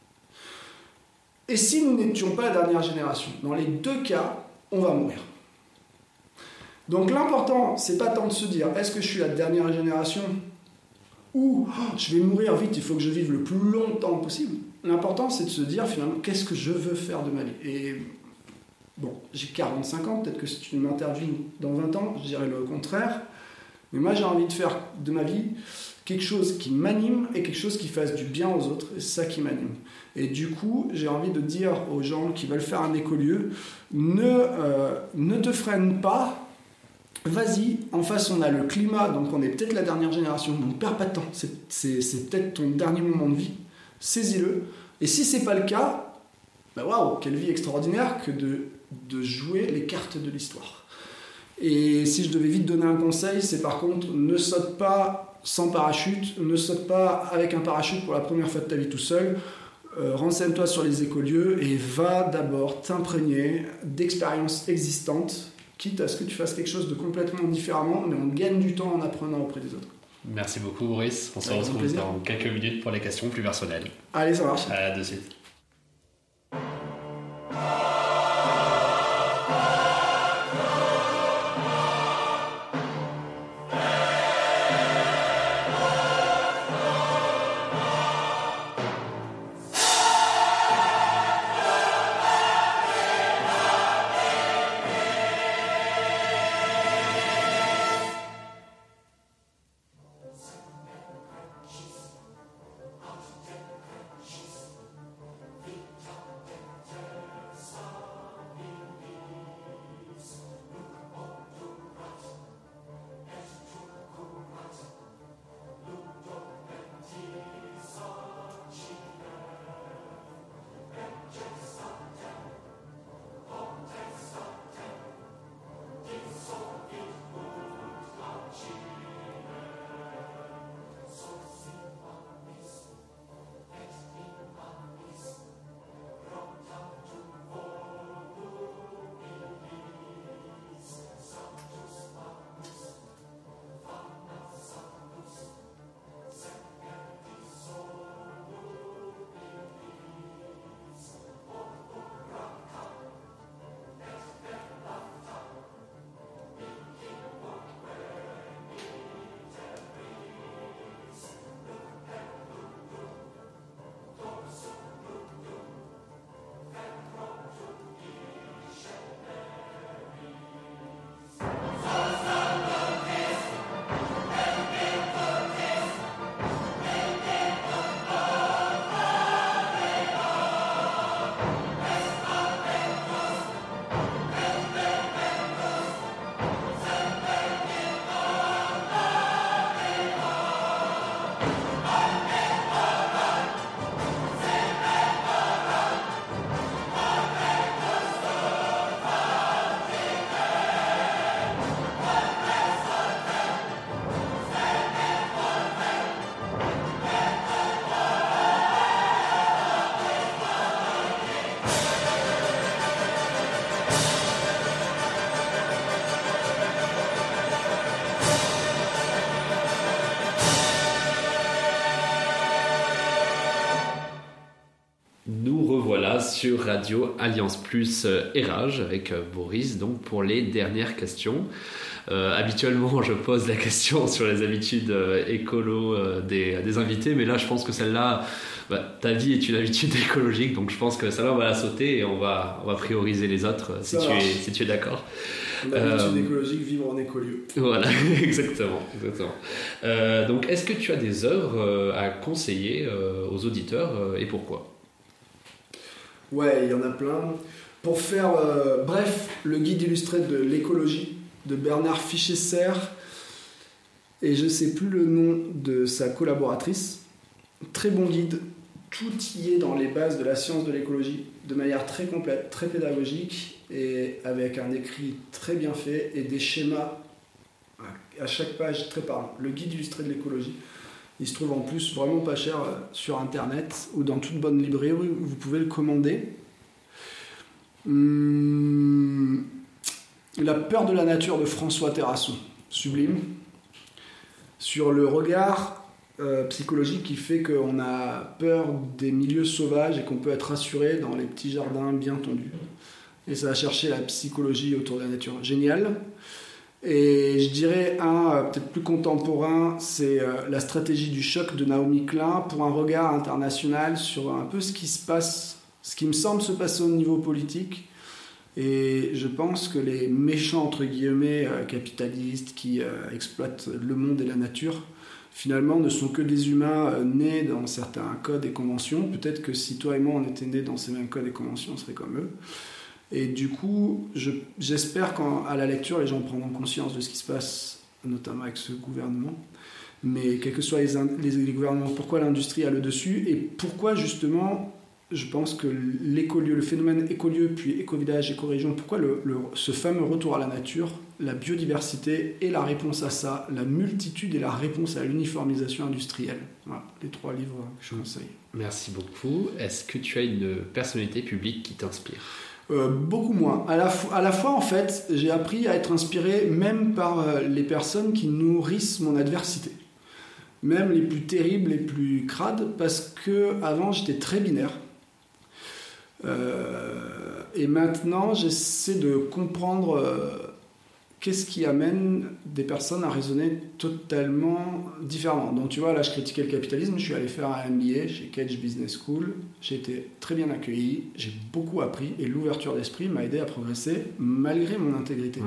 S3: Et si nous n'étions pas la dernière génération? Dans les deux cas, on va mourir. Donc l'important, c'est pas tant de se dire est-ce que je suis la dernière génération ou je vais mourir vite, il faut que je vive le plus longtemps possible. L'important, c'est de se dire finalement qu'est-ce que je veux faire de ma vie. Et bon, j'ai 45 ans, peut-être que si tu m'interviews dans 20 ans, je dirais le contraire. Mais moi, j'ai envie de faire de ma vie quelque chose qui m'anime et quelque chose qui fasse du bien aux autres. Et c'est ça qui m'anime. Et du coup, j'ai envie de dire aux gens qui veulent faire un écolieu, ne te freine pas. Vas-y, en face on a le climat, donc on est peut-être la dernière génération, donc perds pas de temps, c'est peut-être ton dernier moment de vie, saisis-le, et si c'est pas le cas, waouh, quelle vie extraordinaire que de jouer les cartes de l'histoire. Et si je devais vite donner un conseil, c'est par contre, ne saute pas sans parachute, ne saute pas avec un parachute pour la première fois de ta vie tout seul, renseigne-toi sur les écolieux et va d'abord t'imprégner d'expériences existantes quitte à ce que tu fasses quelque chose de complètement différemment, mais on gagne du temps en apprenant auprès des autres.
S2: Merci beaucoup Boris, on se retrouve dans quelques minutes pour les questions plus personnelles.
S3: Allez, ça marche.
S2: À de suite. Sur Radio Alliance Plus Érage avec Boris donc pour les dernières questions. Habituellement je pose la question sur les habitudes écolo des invités, mais là je pense que celle-là, ta vie est une habitude écologique, donc je pense que celle-là on va la sauter et on va prioriser les autres si tu es d'accord.
S3: L'habitude écologique, vivre en écolieu.
S2: Voilà, exactement. Donc est-ce que tu as des œuvres à conseiller aux auditeurs et pourquoi ?
S3: Ouais, il y en a plein. Pour faire bref, le guide illustré de l'écologie de Bernard Fichesser, et je ne sais plus le nom de sa collaboratrice. Très bon guide, tout y est dans les bases de la science de l'écologie, de manière très complète, très pédagogique, et avec un écrit très bien fait et des schémas à chaque page très parlants. Le guide illustré de l'écologie. Il se trouve en plus vraiment pas cher sur internet ou dans toute bonne librairie, vous pouvez le commander. La peur de la nature de François Terrasson, sublime. Sur le regard psychologique qui fait qu'on a peur des milieux sauvages et qu'on peut être rassuré dans les petits jardins bien tendus. Et ça va chercher la psychologie autour de la nature. Génial. Et je dirais un peut-être plus contemporain, c'est la stratégie du choc de Naomi Klein pour un regard international sur un peu ce qui se passe, ce qui me semble se passer au niveau politique. Et je pense que les méchants, entre guillemets, capitalistes qui exploitent le monde et la nature, finalement ne sont que des humains nés dans certains codes et conventions. Peut-être que si toi et moi on était nés dans ces mêmes codes et conventions, on serait comme eux. Et du coup, j'espère qu'à la lecture, les gens prendront conscience de ce qui se passe, notamment avec ce gouvernement. Mais quels que soient les gouvernements, pourquoi l'industrie a le dessus et pourquoi justement, je pense que l'écolieu, le phénomène écolieu, puis éco-village, éco-région, pourquoi ce fameux retour à la nature, la biodiversité et la réponse à ça, la multitude et la réponse à l'uniformisation industrielle. Voilà, les 3 livres que je conseille.
S2: Merci beaucoup. Est-ce que tu as une personnalité publique qui t'inspire ?
S3: Beaucoup moins. À la fois, en fait, j'ai appris à être inspiré même par les personnes qui nourrissent mon adversité. Même les plus terribles, les plus crades, parce que avant j'étais très binaire. Et maintenant, j'essaie de comprendre qu'est-ce qui amène des personnes à raisonner totalement différemment. Donc tu vois, là je critiquais le capitalisme, je suis allé faire un MBA chez Cage Business School, j'ai été très bien accueilli, j'ai beaucoup appris et l'ouverture d'esprit m'a aidé à progresser malgré mon intégrité.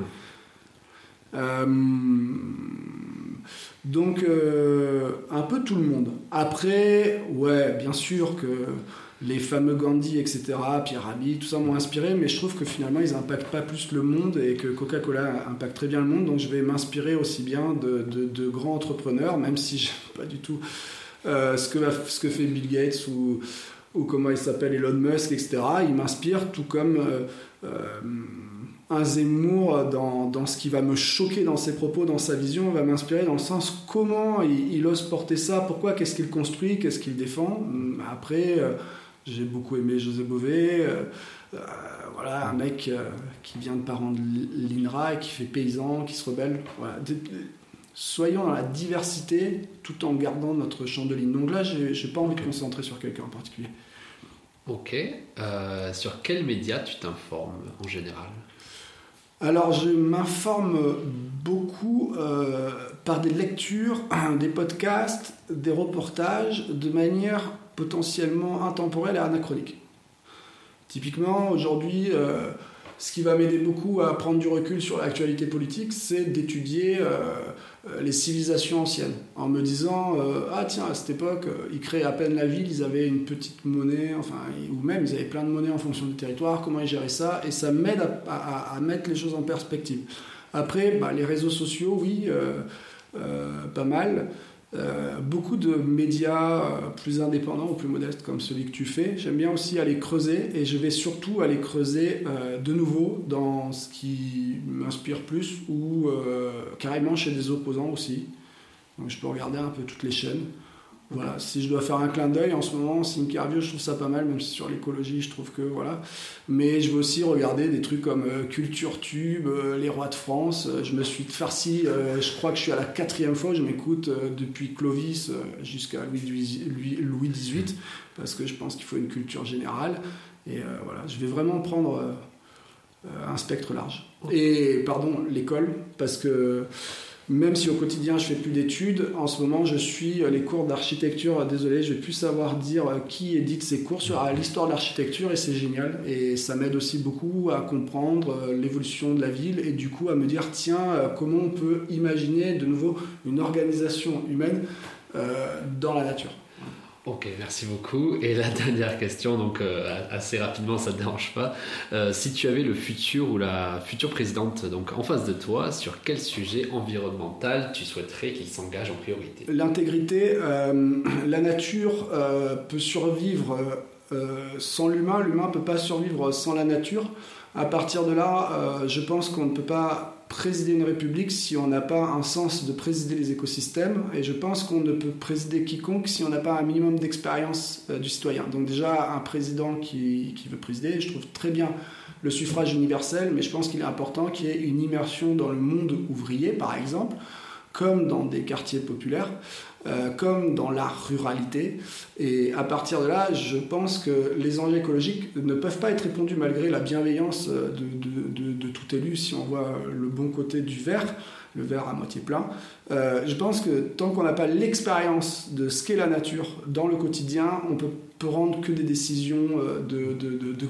S3: Donc un peu tout le monde. Après, ouais, bien sûr que les fameux Gandhi, etc., Pierre Rabhi, tout ça m'ont inspiré, mais je trouve que finalement ils n'impactent pas plus le monde et que Coca-Cola impacte très bien le monde, donc je vais m'inspirer aussi bien de grands entrepreneurs, même si je n'aime pas du tout ce que fait Bill Gates ou comment il s'appelle Elon Musk, etc. Ils m'inspirent, tout comme un Zemmour dans ce qui va me choquer dans ses propos, dans sa vision, va m'inspirer dans le sens comment il ose porter ça, pourquoi, qu'est-ce qu'il construit, qu'est-ce qu'il défend. Après, j'ai beaucoup aimé José Bové, voilà, un mec qui vient de parents de l'INRA et qui fait paysan, qui se rebelle. Voilà. Soyons dans la diversité tout en gardant notre champ de ligne. Donc là, j'ai pas envie de concentrer sur quelqu'un en particulier.
S2: Ok. Sur quels médias tu t'informes en général ?
S3: Alors, je m'informe beaucoup par des lectures, des podcasts, des reportages, de manière potentiellement intemporelle et anachronique. Typiquement, aujourd'hui, ce qui va m'aider beaucoup à prendre du recul sur l'actualité politique, c'est d'étudier les civilisations anciennes, en me disant ah tiens, à cette époque, ils créaient à peine la ville, ils avaient une petite monnaie, enfin, ou même ils avaient plein de monnaies en fonction du territoire, comment ils géraient ça, et ça m'aide à mettre les choses en perspective. Après, les réseaux sociaux, oui, pas mal. Beaucoup de médias plus indépendants ou plus modestes comme celui que tu fais. J'aime bien aussi aller creuser, et je vais surtout aller creuser de nouveau dans ce qui m'inspire plus ou carrément chez des opposants aussi. Donc je peux regarder un peu toutes les chaînes. Voilà, si je dois faire un clin d'œil en ce moment, Thinkerview, je trouve ça pas mal, même si sur l'écologie, je trouve que voilà. Mais je veux aussi regarder des trucs comme Culture Tube, Les Rois de France. Je me suis farci, je crois que je suis à la 4e fois, je m'écoute depuis Clovis jusqu'à Louis XVIII, parce que je pense qu'il faut une culture générale. Et voilà, je vais vraiment prendre un spectre large. Et pardon, l'école, parce que même si au quotidien je fais plus d'études, en ce moment je suis les cours d'architecture. Désolé, je vais plus savoir dire qui édite ces cours sur l'histoire de l'architecture, et c'est génial. Et ça m'aide aussi beaucoup à comprendre l'évolution de la ville, et du coup à me dire tiens, comment on peut imaginer de nouveau une organisation humaine dans la nature.
S2: Ok, merci beaucoup. Et la dernière question, donc assez rapidement, ça ne te dérange pas. Si tu avais le futur ou la future présidente donc, en face de toi, sur quel sujet environnemental tu souhaiterais qu'il s'engage en priorité ?
S3: L'intégrité, la nature peut survivre sans l'humain ne peut pas survivre sans la nature. À partir de là, je pense qu'on ne peut pas présider une république si on n'a pas un sens de présider les écosystèmes, et je pense qu'on ne peut présider quiconque si on n'a pas un minimum d'expérience du citoyen. Donc déjà, un président qui veut présider, je trouve très bien le suffrage universel, mais je pense qu'il est important qu'il y ait une immersion dans le monde ouvrier, par exemple, comme dans des quartiers populaires, comme dans la ruralité. Et à partir de là, je pense que les enjeux écologiques ne peuvent pas être répondus malgré la bienveillance de tout élu, si on voit le bon côté du verre, le verre à moitié plein. Je pense que tant qu'on n'a pas l'expérience de ce qu'est la nature dans le quotidien, on peut prendre que des décisions de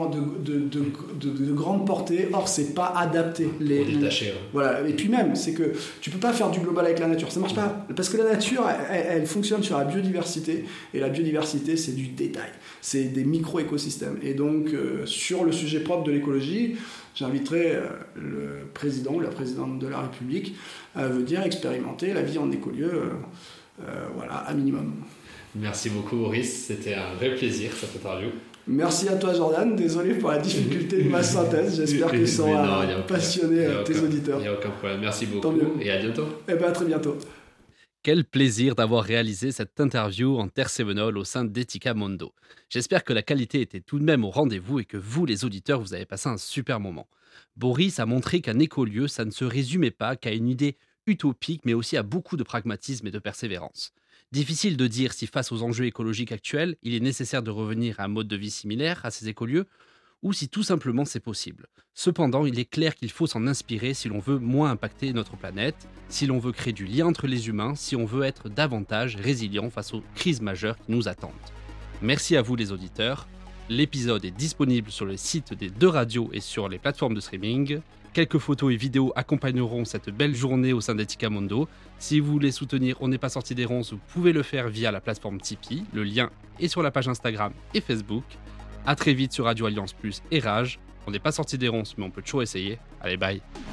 S3: grande portée. Or, c'est pas adapté. Voilà. Et puis même, c'est que tu peux pas faire du global avec la nature. Ça marche pas. Parce que la nature, elle fonctionne sur la biodiversité. Et la biodiversité, c'est du détail. C'est des micro-écosystèmes. Et donc, sur le sujet propre de l'écologie, j'inviterai le président ou la présidente de la République à venir expérimenter la vie en écolieu, voilà, à minimum.
S2: Merci beaucoup, Maurice. C'était un vrai plaisir, cette interview.
S3: Merci à toi, Jordan. Désolé pour la difficulté de ma synthèse. J'espère que ça aura passionné tes auditeurs.
S2: Il n'y a aucun problème. Merci beaucoup et à bientôt.
S3: À très bientôt.
S2: Quel plaisir d'avoir réalisé cette interview en Tersevenol au sein d'Etica Mondo. J'espère que la qualité était tout de même au rendez-vous et que vous, les auditeurs, vous avez passé un super moment. Boris a montré qu'un écolieu, ça ne se résumait pas qu'à une idée utopique, mais aussi à beaucoup de pragmatisme et de persévérance. Difficile de dire si face aux enjeux écologiques actuels, il est nécessaire de revenir à un mode de vie similaire à ces écolieux, ou si tout simplement c'est possible. Cependant, il est clair qu'il faut s'en inspirer si l'on veut moins impacter notre planète, si l'on veut créer du lien entre les humains, si on veut être davantage résilient face aux crises majeures qui nous attendent. Merci à vous les auditeurs. L'épisode est disponible sur le site des 2 radios et sur les plateformes de streaming. Quelques photos et vidéos accompagneront cette belle journée au sein d'Etica Mondo. Si vous voulez soutenir On n'est pas sorti des ronces, vous pouvez le faire via la plateforme Tipeee. Le lien est sur la page Instagram et Facebook. A très vite sur Radio Alliance Plus et Rage. On n'est pas sorti des ronces, mais on peut toujours essayer. Allez, bye.